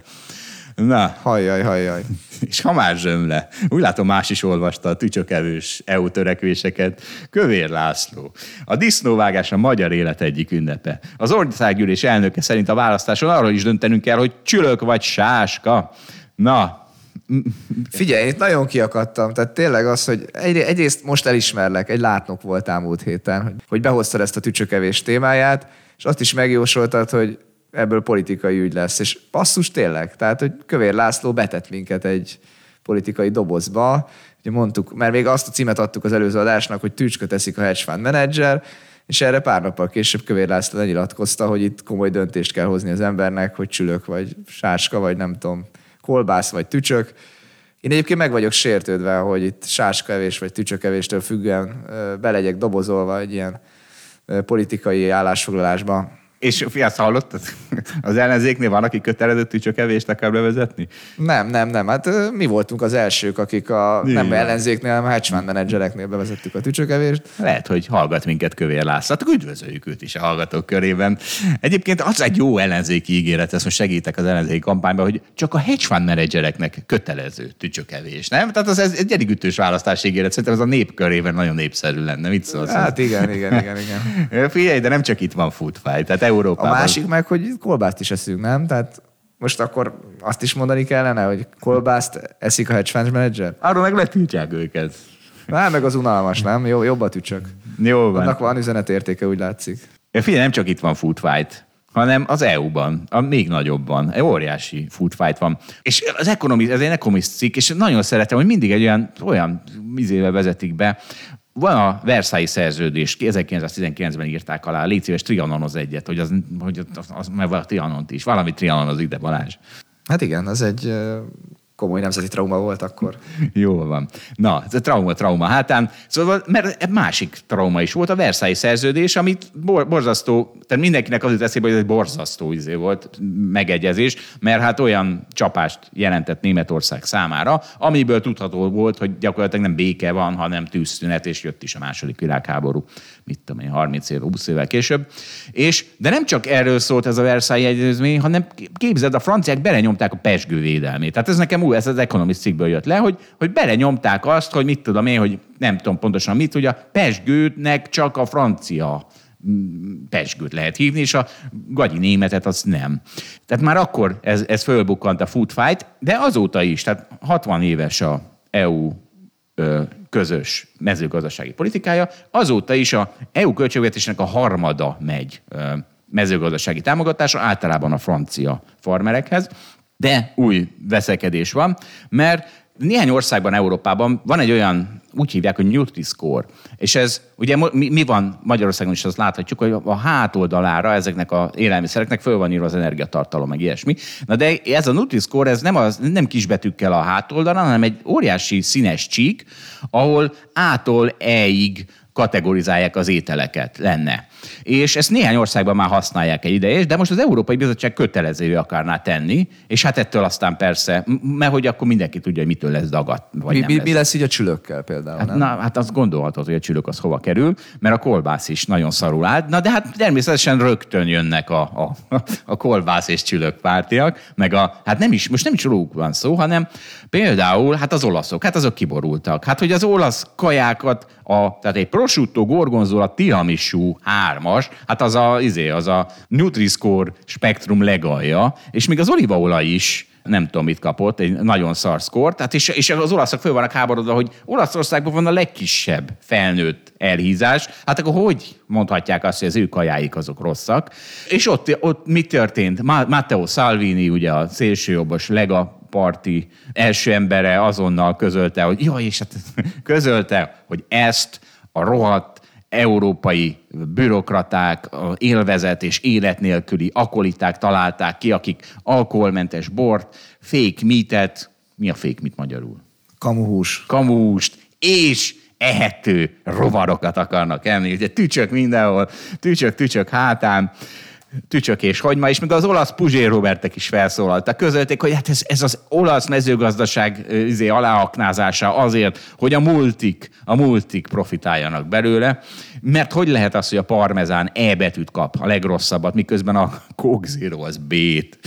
Na. Hajjaj. És ha már zsömle, úgy látom más is olvasta a tücsökevős EU törekvéseket. Kövér László. A disznóvágás a magyar élet egyik ünnepe. Az országgyűlés elnöke szerint a választáson arról is döntenünk kell, hogy csülök vagy sáska. Na. Figyelj, itt nagyon kiakadtam. Tehát tényleg az, hogy egyrészt most elismerlek, egy látnok voltál múlt héten, hogy behoztad ezt a tücsökevés témáját, és azt is megjósoltad, hogy ebből politikai ügy lesz. És basszus tényleg. Tehát, hogy Kövér László betett minket egy politikai dobozba. Ugye mondtuk, mert még azt a címet adtuk az előző adásnak, hogy tücsköt eszik a hedge fund menedzser, és erre pár nappal később Kövér László lenyilatkozta, hogy itt komoly döntést kell hozni az embernek, hogy csülök, vagy sáska, vagy nem tudom, kolbász, vagy tücsök. Én egyébként meg vagyok sértődve, hogy itt sáskaevés, vagy tücsökevéstől függően belegyek dobozolva egy ilyen politikai állásfoglalásba. És fiasz, hallottad? Az ellenzéknél van, aki kötelező tücsökevést akar bevezetni? Nem. Hát mi voltunk az elsők, akik nem ellenzéknél, hanem a hedge fund menedzsereknél bevezettük a tücsökevést. Lehet, hogy hallgat minket Kövér László. Hát üdvözöljük őt is a hallgatók körében. Egyébként az egy jó ellenzéki ígéret, ezt most segítek az ellenzéki kampányban, hogy csak a hedge fund menedzsereknek kötelező tücsökevés, nem? Tehát ez egy elég ütős választási ígéret. Szerintem ez a nép körében nagyon népszerű lenne. Mit szólsz? Hát igen. Figyelj, de nem csak itt van food fight, tehát Európában. A másik meg, hogy kolbászt is eszünk, nem? Tehát most akkor azt is mondani kellene, hogy kolbászt eszik a hedge fund manager? Arról meg letiltják őket. Meg az unalmas, nem? Jobb a tücsök. Jó van. Annak van üzenetértéke, úgy látszik. Figyelj, nem csak itt van food fight, hanem az EU-ban, a még nagyobban, egy óriási food fight van. És ez egy Economist cikk, és nagyon szeretem, hogy mindig egy olyan izével vezetik be. Van a Versailles szerződés, 1919-ben írták alá, légy szíves, trianonoz egyet, hogy mert a trianont is. Valami trianonoz ide, Balázs. Hát igen, az egy komoly nemzeti trauma volt akkor. Jól van. Na, ez a trauma hátán. Szóval, mert másik trauma is volt, a Versailles szerződés, amit borzasztó, tehát mindenkinek az jut eszébe, hogy ez egy borzasztó volt megegyezés, mert hát olyan csapást jelentett Németország számára, amiből tudható volt, hogy gyakorlatilag nem béke van, hanem tűzszünet, és jött is a második világháború, 30 év, 20 évvel később. De nem csak erről szólt ez a Versailles egyezmény, hanem képzeld, a franciák belenyomták a pezsgő védelmét. Tehát ez nekem ez az Economist cikkből jött le, hogy belenyomták azt, hogy mit tudom én, hogy nem tudom pontosan mit, hogy a pezsgőtnek csak a francia pezsgőt lehet hívni, és a gagyi németet az nem. Tehát már akkor ez fölbukkant a food fight, de azóta is, tehát 60 éves a EU közös mezőgazdasági politikája, azóta is a EU költségvetésnek a harmada megy mezőgazdasági támogatása, általában a francia farmerekhez, de új veszekedés van, mert néhány országban, Európában van egy olyan, úgy hívják, hogy Nutri-Score, és ez ugye mi van Magyarországon is, azt láthatjuk, hogy a hátoldalára ezeknek az élelmiszereknek föl van írva az energiatartalom, meg ilyesmi. Na de ez a Nutri-Score, ez nem kisbetűkkel a hátoldalán, hanem egy óriási színes csík, ahol A-tól E-ig kategorizálják az ételeket lenne. És ezt néhány országban már használják egy ideje, de most az Európai Bizottság kötelezővé akarná tenni, és hát ettől aztán persze, mert hogy akkor mindenki tudja, hogy mitől lesz dagat, vagy mi lesz így a csülökkel például? Hát azt gondolhatod, hogy a csülök az hova kerül, mert a kolbász is nagyon szarul áll. Na de hát természetesen rögtön jönnek a kolbász és csülök pártiak, meg hát most nem is róluk van szó, hanem például hát az olaszok, hát azok kiborultak. Hát hogy az olasz kajákat, tehát egy prosciutto gorgonzola tiramisu 3-as, hát az a Nutri-Score spektrum legalja, és még az olívaolaj is nem tudom, mit kapott, egy nagyon szar szkort, tehát és az olaszok föl vannak háborodva, hogy Olaszországban van a legkisebb felnőtt elhízás, hát akkor hogy mondhatják azt, hogy az ő kajáik azok rosszak? És ott mi történt? Matteo Salvini, ugye a szélsőjobbos Lega parti első embere azonnal közölte, hogy ezt a rohadt európai bürokraták, élvezet és élet nélküli akoliták találták ki, akik alkoholmentes bort, fake meatet, mi a fake meat magyarul? Kamuhúst és ehető rovarokat akarnak enni. Ugye tücsök mindenhol, tücsök hátán, tücsök és hagyma, és még az olasz Puzsér Robertek is felszólaltak. Közölték, hogy hát ez az olasz mezőgazdaság aláaknázása azért, hogy a multik profitáljanak belőle, mert hogy lehet az, hogy a parmezán E betűt kap, a legrosszabbat, miközben a Coke Zero az B-t.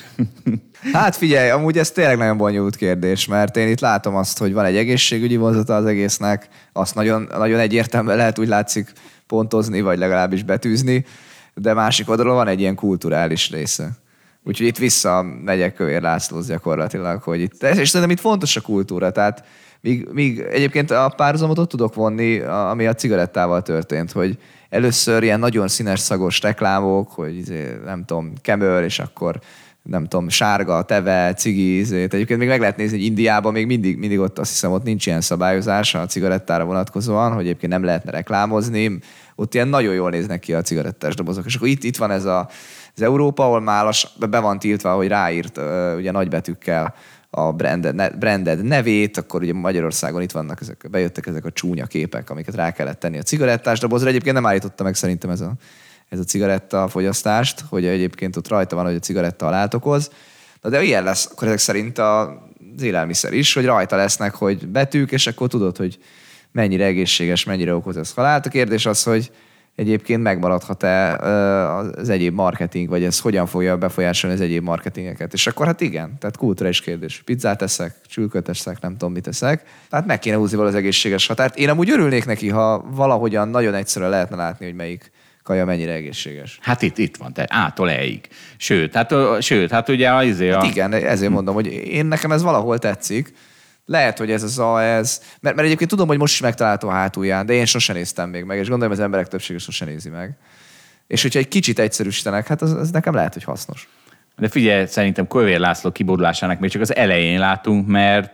Hát figyelj, amúgy ez tényleg nagyon bonyolult kérdés, mert én itt látom azt, hogy van egy egészségügyi vonzata az egésznek, azt nagyon, nagyon egyértelműen lehet úgy látszik pontozni, vagy legalábbis betűzni, de másik oldalon van egy ilyen kulturális része. Úgyhogy itt visszamegyek Kövér Lászlóhoz gyakorlatilag, hogy itt, és szerintem itt fontos a kultúra, tehát míg egyébként a párhuzamot ott tudok vonni, ami a cigarettával történt, hogy először ilyen nagyon színes szagos reklámok, hogy nem tudom, Camel, és akkor nem tudom, sárga, teve, cigi, egyébként még meg lehet nézni, hogy Indiában még mindig ott azt hiszem, ott nincs ilyen szabályozás a cigarettára vonatkozóan, hogy egyébként nem lehetne reklámozni. Ott ilyen nagyon jól néznek ki a cigarettás dobozok. És akkor itt van ez az Európa, ahol már be van tiltva, hogy ráírt ugye nagybetűkkel a branded nevét, akkor ugye Magyarországon itt vannak bejöttek ezek a csúnya képek, amiket rá kellett tenni a cigarettás dobozra. Egyébként nem állította meg szerintem ez a cigaretta fogyasztást, hogy egyébként ott rajta van, hogy a cigaretta halált okoz. De ilyen lesz akkor ezek szerint az élelmiszer is, hogy rajta lesznek, hogy betűk, és akkor tudod, hogy mennyire egészséges, mennyire okoz ez halált. A kérdés az, hogy egyébként megmaradhat-e az egyéb marketing, vagy ez hogyan fogja befolyásolni az egyéb marketingeket. És akkor hát igen, tehát kulturális kérdés. Pizzát eszek, csülköt eszek, nem tudom, mit eszek. Tehát meg kéne húzni az egészséges határt. Én amúgy örülnék neki, ha valahogyan nagyon egyszerűen lehetne látni, hogy melyik kaja mennyire egészséges. Hát itt van, tehát A-tól E-ig. Sőt, hát ugye Hát igen, ezért mondom, hogy nekem ez valahol tetszik. Lehet, hogy ez mert egyébként tudom, hogy most is megtalálható a hátulján, de én sosem néztem még meg, és gondolom, az emberek többsége sosem nézi meg. És hogyha egy kicsit egyszerűsítenek, hát az nekem lehet, hogy hasznos. De figyelj, szerintem Kövér László kiborulásának még csak az elején látunk,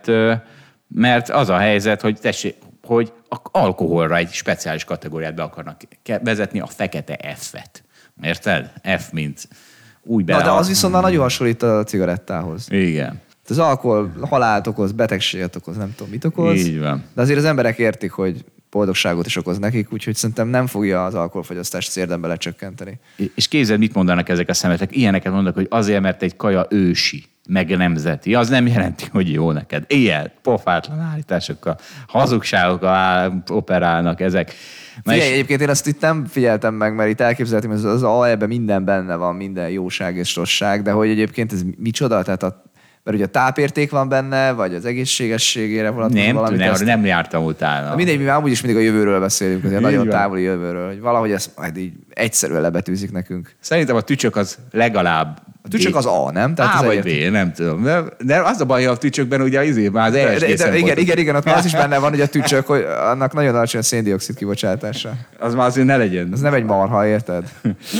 mert az a helyzet, hogy alkoholra egy speciális kategóriát be akarnak vezetni, a fekete F-et. Érted? F, mint úgy bele. Na, de az viszont már nagyon hasonlít a cigarettához. Igen. Az alkohol halált okoz, betegséget okoz, nem tudom, mit okoz. Így van. De azért az emberek értik, hogy boldogságot is okoz nekik, úgyhogy szerintem nem fogja az alkoholfogyasztást érdembe lecsökkenteni. És képzeld, mit mondanak ezek a szemetek? Ilyeneket mondanak, hogy azért, mert egy kaja ősi, meg nemzeti. Az nem jelenti, hogy jó neked. Ilyen pofátlan állításokkal, hazugságokkal operálnak ezek. Figyelj, egyébként én azt itt nem figyeltem meg, mert itt elképzelhetően, hogy az AE-ben minden benne van, minden jóság és rosszság, de hogy egyébként ez micsoda? Tehát mert ugye a tápérték van benne, vagy az egészségességére vonatkozó valamit. Nem jártam utána. Mindegy, mi már amúgy is mindig a jövőről beszélünk, azért nagyon távoli jövőről, hogy valahogy ezt majd így egyszerűen lebetűzik nekünk. Szerintem a tücsök az legalább... A tücsök az A, nem? Tehát A vagy B, nem tudom. De az a baj a tücsökben ugye már az ESG igen, ott az is benne van, hogy a tücsök, hogy annak nagyon alacsony a széndioxid kibocsátása. Az már azért ne legyen. Ez nem egy marha, érted?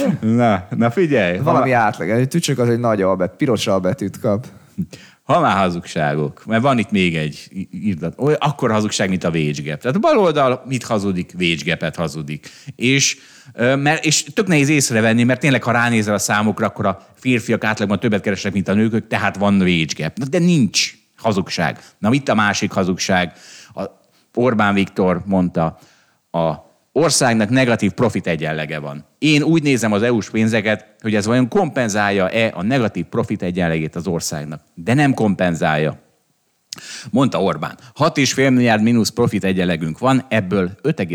Na figyelj. Valami átlag. Egy tücsök az egy nagy albet, piros albetűt kap. Ha már hazugságok, mert van itt még egy írdat, akkor hazugság, mint a wage gap. Tehát a baloldal mit hazudik? Wage gapet hazudik. És tök nehéz észrevenni, mert tényleg, ha ránézel a számokra, akkor a férfiak átlagban többet keresnek, mint a nők, tehát van wage gap. De nincs hazugság. Na, itt a másik hazugság? Orbán Viktor mondta, a országnak negatív profit egyenlege van. Én úgy nézem az EU-s pénzeket, hogy ez vajon kompenzálja-e a negatív profit egyenlegét az országnak. De nem kompenzálja. Mondta Orbán, 6,5 milliárd mínusz profit egyenlegünk van, ebből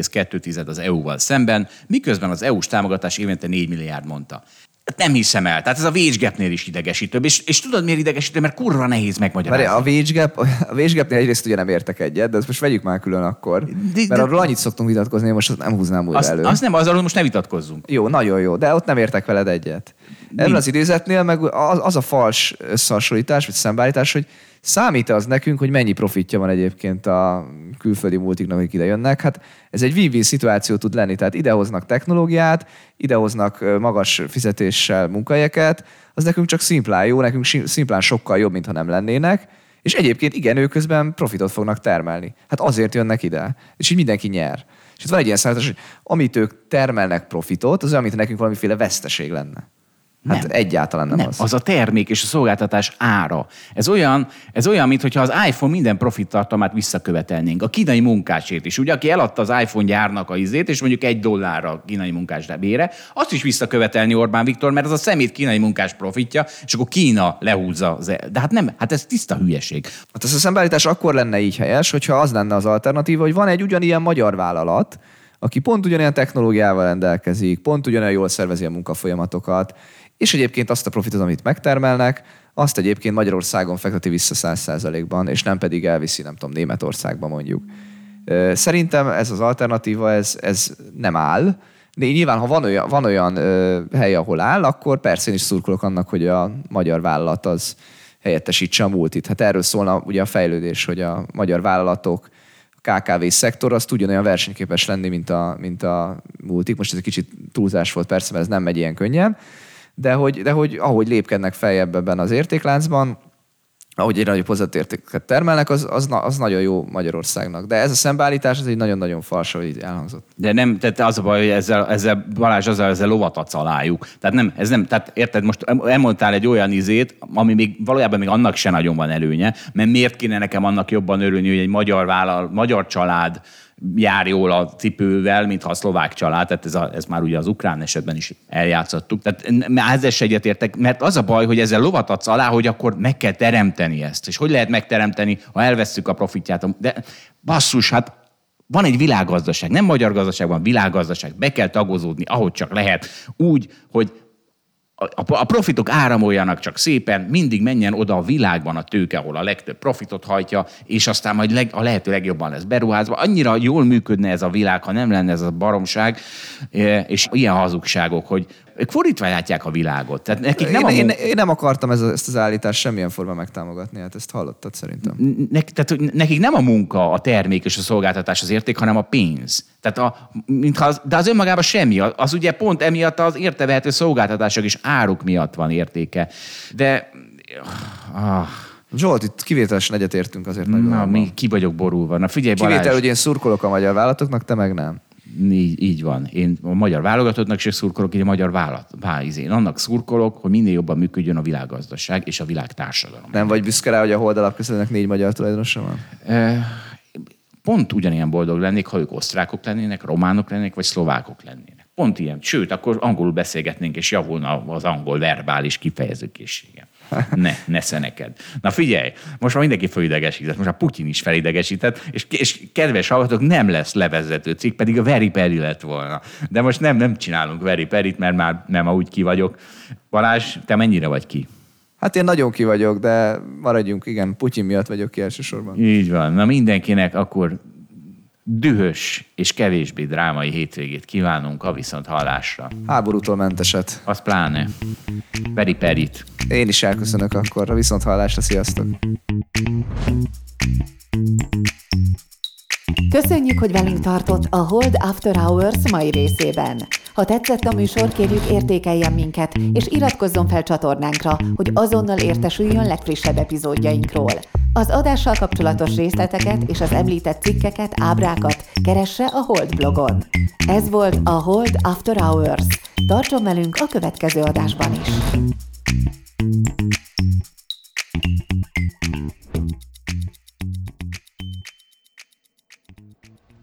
5,2 az EU-val szemben, miközben az EU-s támogatás évente 4 milliárd mondta. Nem hiszem el. Tehát ez a wage gapnél is idegesítőbb. És tudod, miért idegesítő? Mert kurva nehéz megmagyarázni. A wage gapnél egyrészt ugye nem értek egyet, de ezt most vegyük már külön akkor. Mert arról annyit szoktunk vitatkozni, most azt nem húznám újra elő. Azt nem, arról most ne vitatkozzunk. Jó, nagyon jó, de ott nem értek veled egyet. Ebből az idézetnél meg az a fals összehasonlítás, vagy szembeállítás, hogy számít az nekünk, hogy mennyi profitja van egyébként a külföldi multiknak, akik ide jönnek. Hát ez egy win-win szituáció tud lenni. Tehát idehoznak technológiát, idehoznak magas fizetéssel munkahelyeket, az nekünk csak szimplán jó, nekünk szimplán sokkal jobb, mintha nem lennének, és egyébként igen, ők közben profitot fognak termelni. Hát azért jönnek ide, és így mindenki nyer. És itt van egy ilyen számítás, hogy amit ők termelnek profitot, az olyan, mint nekünk valamiféle veszteség lenne. Hát nem. Egyáltalán nem az. Az a termék és a szolgáltatás ára. Ez olyan, mintha az iPhone minden profit tartalmát visszakövetelnénk. A kínai munkásért is. Ugye, aki eladta az iPhone gyárnak a izét, és mondjuk $1 a kínai munkás bére, azt is visszakövetelni Orbán Viktor, mert az a szemét kínai munkás profitja, és akkor Kína lehúzza. De hát nem, hát ez tiszta hülyeség. Hát ez a szembeállítás akkor lenne így helyes, hogyha az lenne az alternatíva, hogy van egy ugyanilyen magyar vállalat, aki pont ugyanilyen technológiával rendelkezik, pont ugyanolyan jól szervezi a munkafolyamatokat, és egyébként azt a profitot, amit megtermelnek, azt egyébként Magyarországon fekteti vissza 100%-ban, és nem pedig elviszi, nem tudom, Németországba mondjuk. Szerintem ez az alternatíva, ez nem áll. De nyilván, ha van olyan hely, ahol áll, akkor persze én is szurkolok annak, hogy a magyar vállalat az helyettesítse a multit. Hát erről szólna ugye a fejlődés, hogy a magyar vállalatok, a KKV szektor az tudjon olyan versenyképes lenni, mint a multik. Most ez egy kicsit túlzás volt persze, mert ez nem megy ilyen könnyen. De hogy ahogy lépkednek feljebb ebben az értékláncban, ahogy egy nagyobb hozzáadott értéket termelnek, az nagyon jó Magyarországnak. De ez a szembeállítás, ez egy nagyon-nagyon fals, hogy így elhangzott. De nem, tehát az a baj, hogy ezzel Balázs, ezzel lovat adsz alájuk. Tehát érted, most elmondtál egy olyan izét, ami még valójában még annak se nagyon van előnye, mert miért kéne nekem annak jobban örülni, hogy egy magyar család jár jól a cipővel, mintha a szlovák család, tehát ez már ugye az ukrán esetben is eljátszottuk. Tehát ezzel se egyetértek, mert az a baj, hogy ezzel lovat adsz alá, hogy akkor meg kell teremteni ezt. És hogy lehet megteremteni, ha elvesszük a profitját? De basszus, hát van egy világgazdaság, nem magyar gazdaság, van világgazdaság, be kell tagozódni, ahogy csak lehet, úgy, hogy a profitok áramoljanak csak szépen, mindig menjen oda a világban a tőke, ahol a legtöbb profitot hajtja, és aztán majd a lehető legjobban lesz beruházva. Annyira jól működne ez a világ, ha nem lenne ez a baromság, és ilyen hazugságok, hogy ők fordítva látják a világot. Tehát nekik nem én nem akartam ezt az állítást semmilyen formán megtámogatni, hát ezt hallottad szerintem. Tehát nekik nem a munka, a termék és a szolgáltatás az érték, hanem a pénz. Tehát de az önmagában semmi. Az ugye pont emiatt az értevehető szolgáltatások és áruk miatt van értéke. De... Zsolt, itt kivételesen egyetértünk azért nagyon. Na, ki vagyok borulva. Na figyelj, Balázs. Kivétel, hogy én szurkolok a magyar vállalatoknak, te meg nem. Így van. Én a magyar válogatottnak is szurkolok, így a magyar én annak szurkolok, hogy minél jobban működjön a világgazdaság és a világtársadalom. Nem vagy büszke rá, hogy a Holdalap közöttnek 4 magyar tulajdonosa van? Pont ugyanilyen boldog lennék, ha ők osztrákok lennének, románok lennének, vagy szlovákok lennének. Pont ilyen. Sőt, akkor angolul beszélgetnénk, és javulna az angol verbális kifejezőkészsége. Ne szeneked. Na figyelj, most már mindenki felidegesített, most már Putyin is felidegesített, és kedves hallgatók, nem lesz levezető cikk, pedig a Veri Peri lett volna. De most nem csinálunk Veri Perit, mert már úgy ki vagyok. Balázs, te mennyire vagy ki? Hát én nagyon ki vagyok, de maradjunk, igen, Putyin miatt vagyok ki elsősorban. Így van. Na mindenkinek akkor dühös és kevésbé drámai hétvégét kívánunk a viszonthallásra. Háborútól menteset. Az pláne. Peri-perit. Én is elköszönök akkor. A viszonthallásra, sziasztok! Köszönjük, hogy velünk tartott a Hold After Hours mai részében. Ha tetszett a műsor, kérjük értékeljen minket, és iratkozzon fel csatornánkra, hogy azonnal értesüljön legfrissebb epizódjainkról. Az adással kapcsolatos részleteket és az említett cikkeket, ábrákat keresse a Hold blogon. Ez volt a Hold After Hours. Tartson velünk a következő adásban is!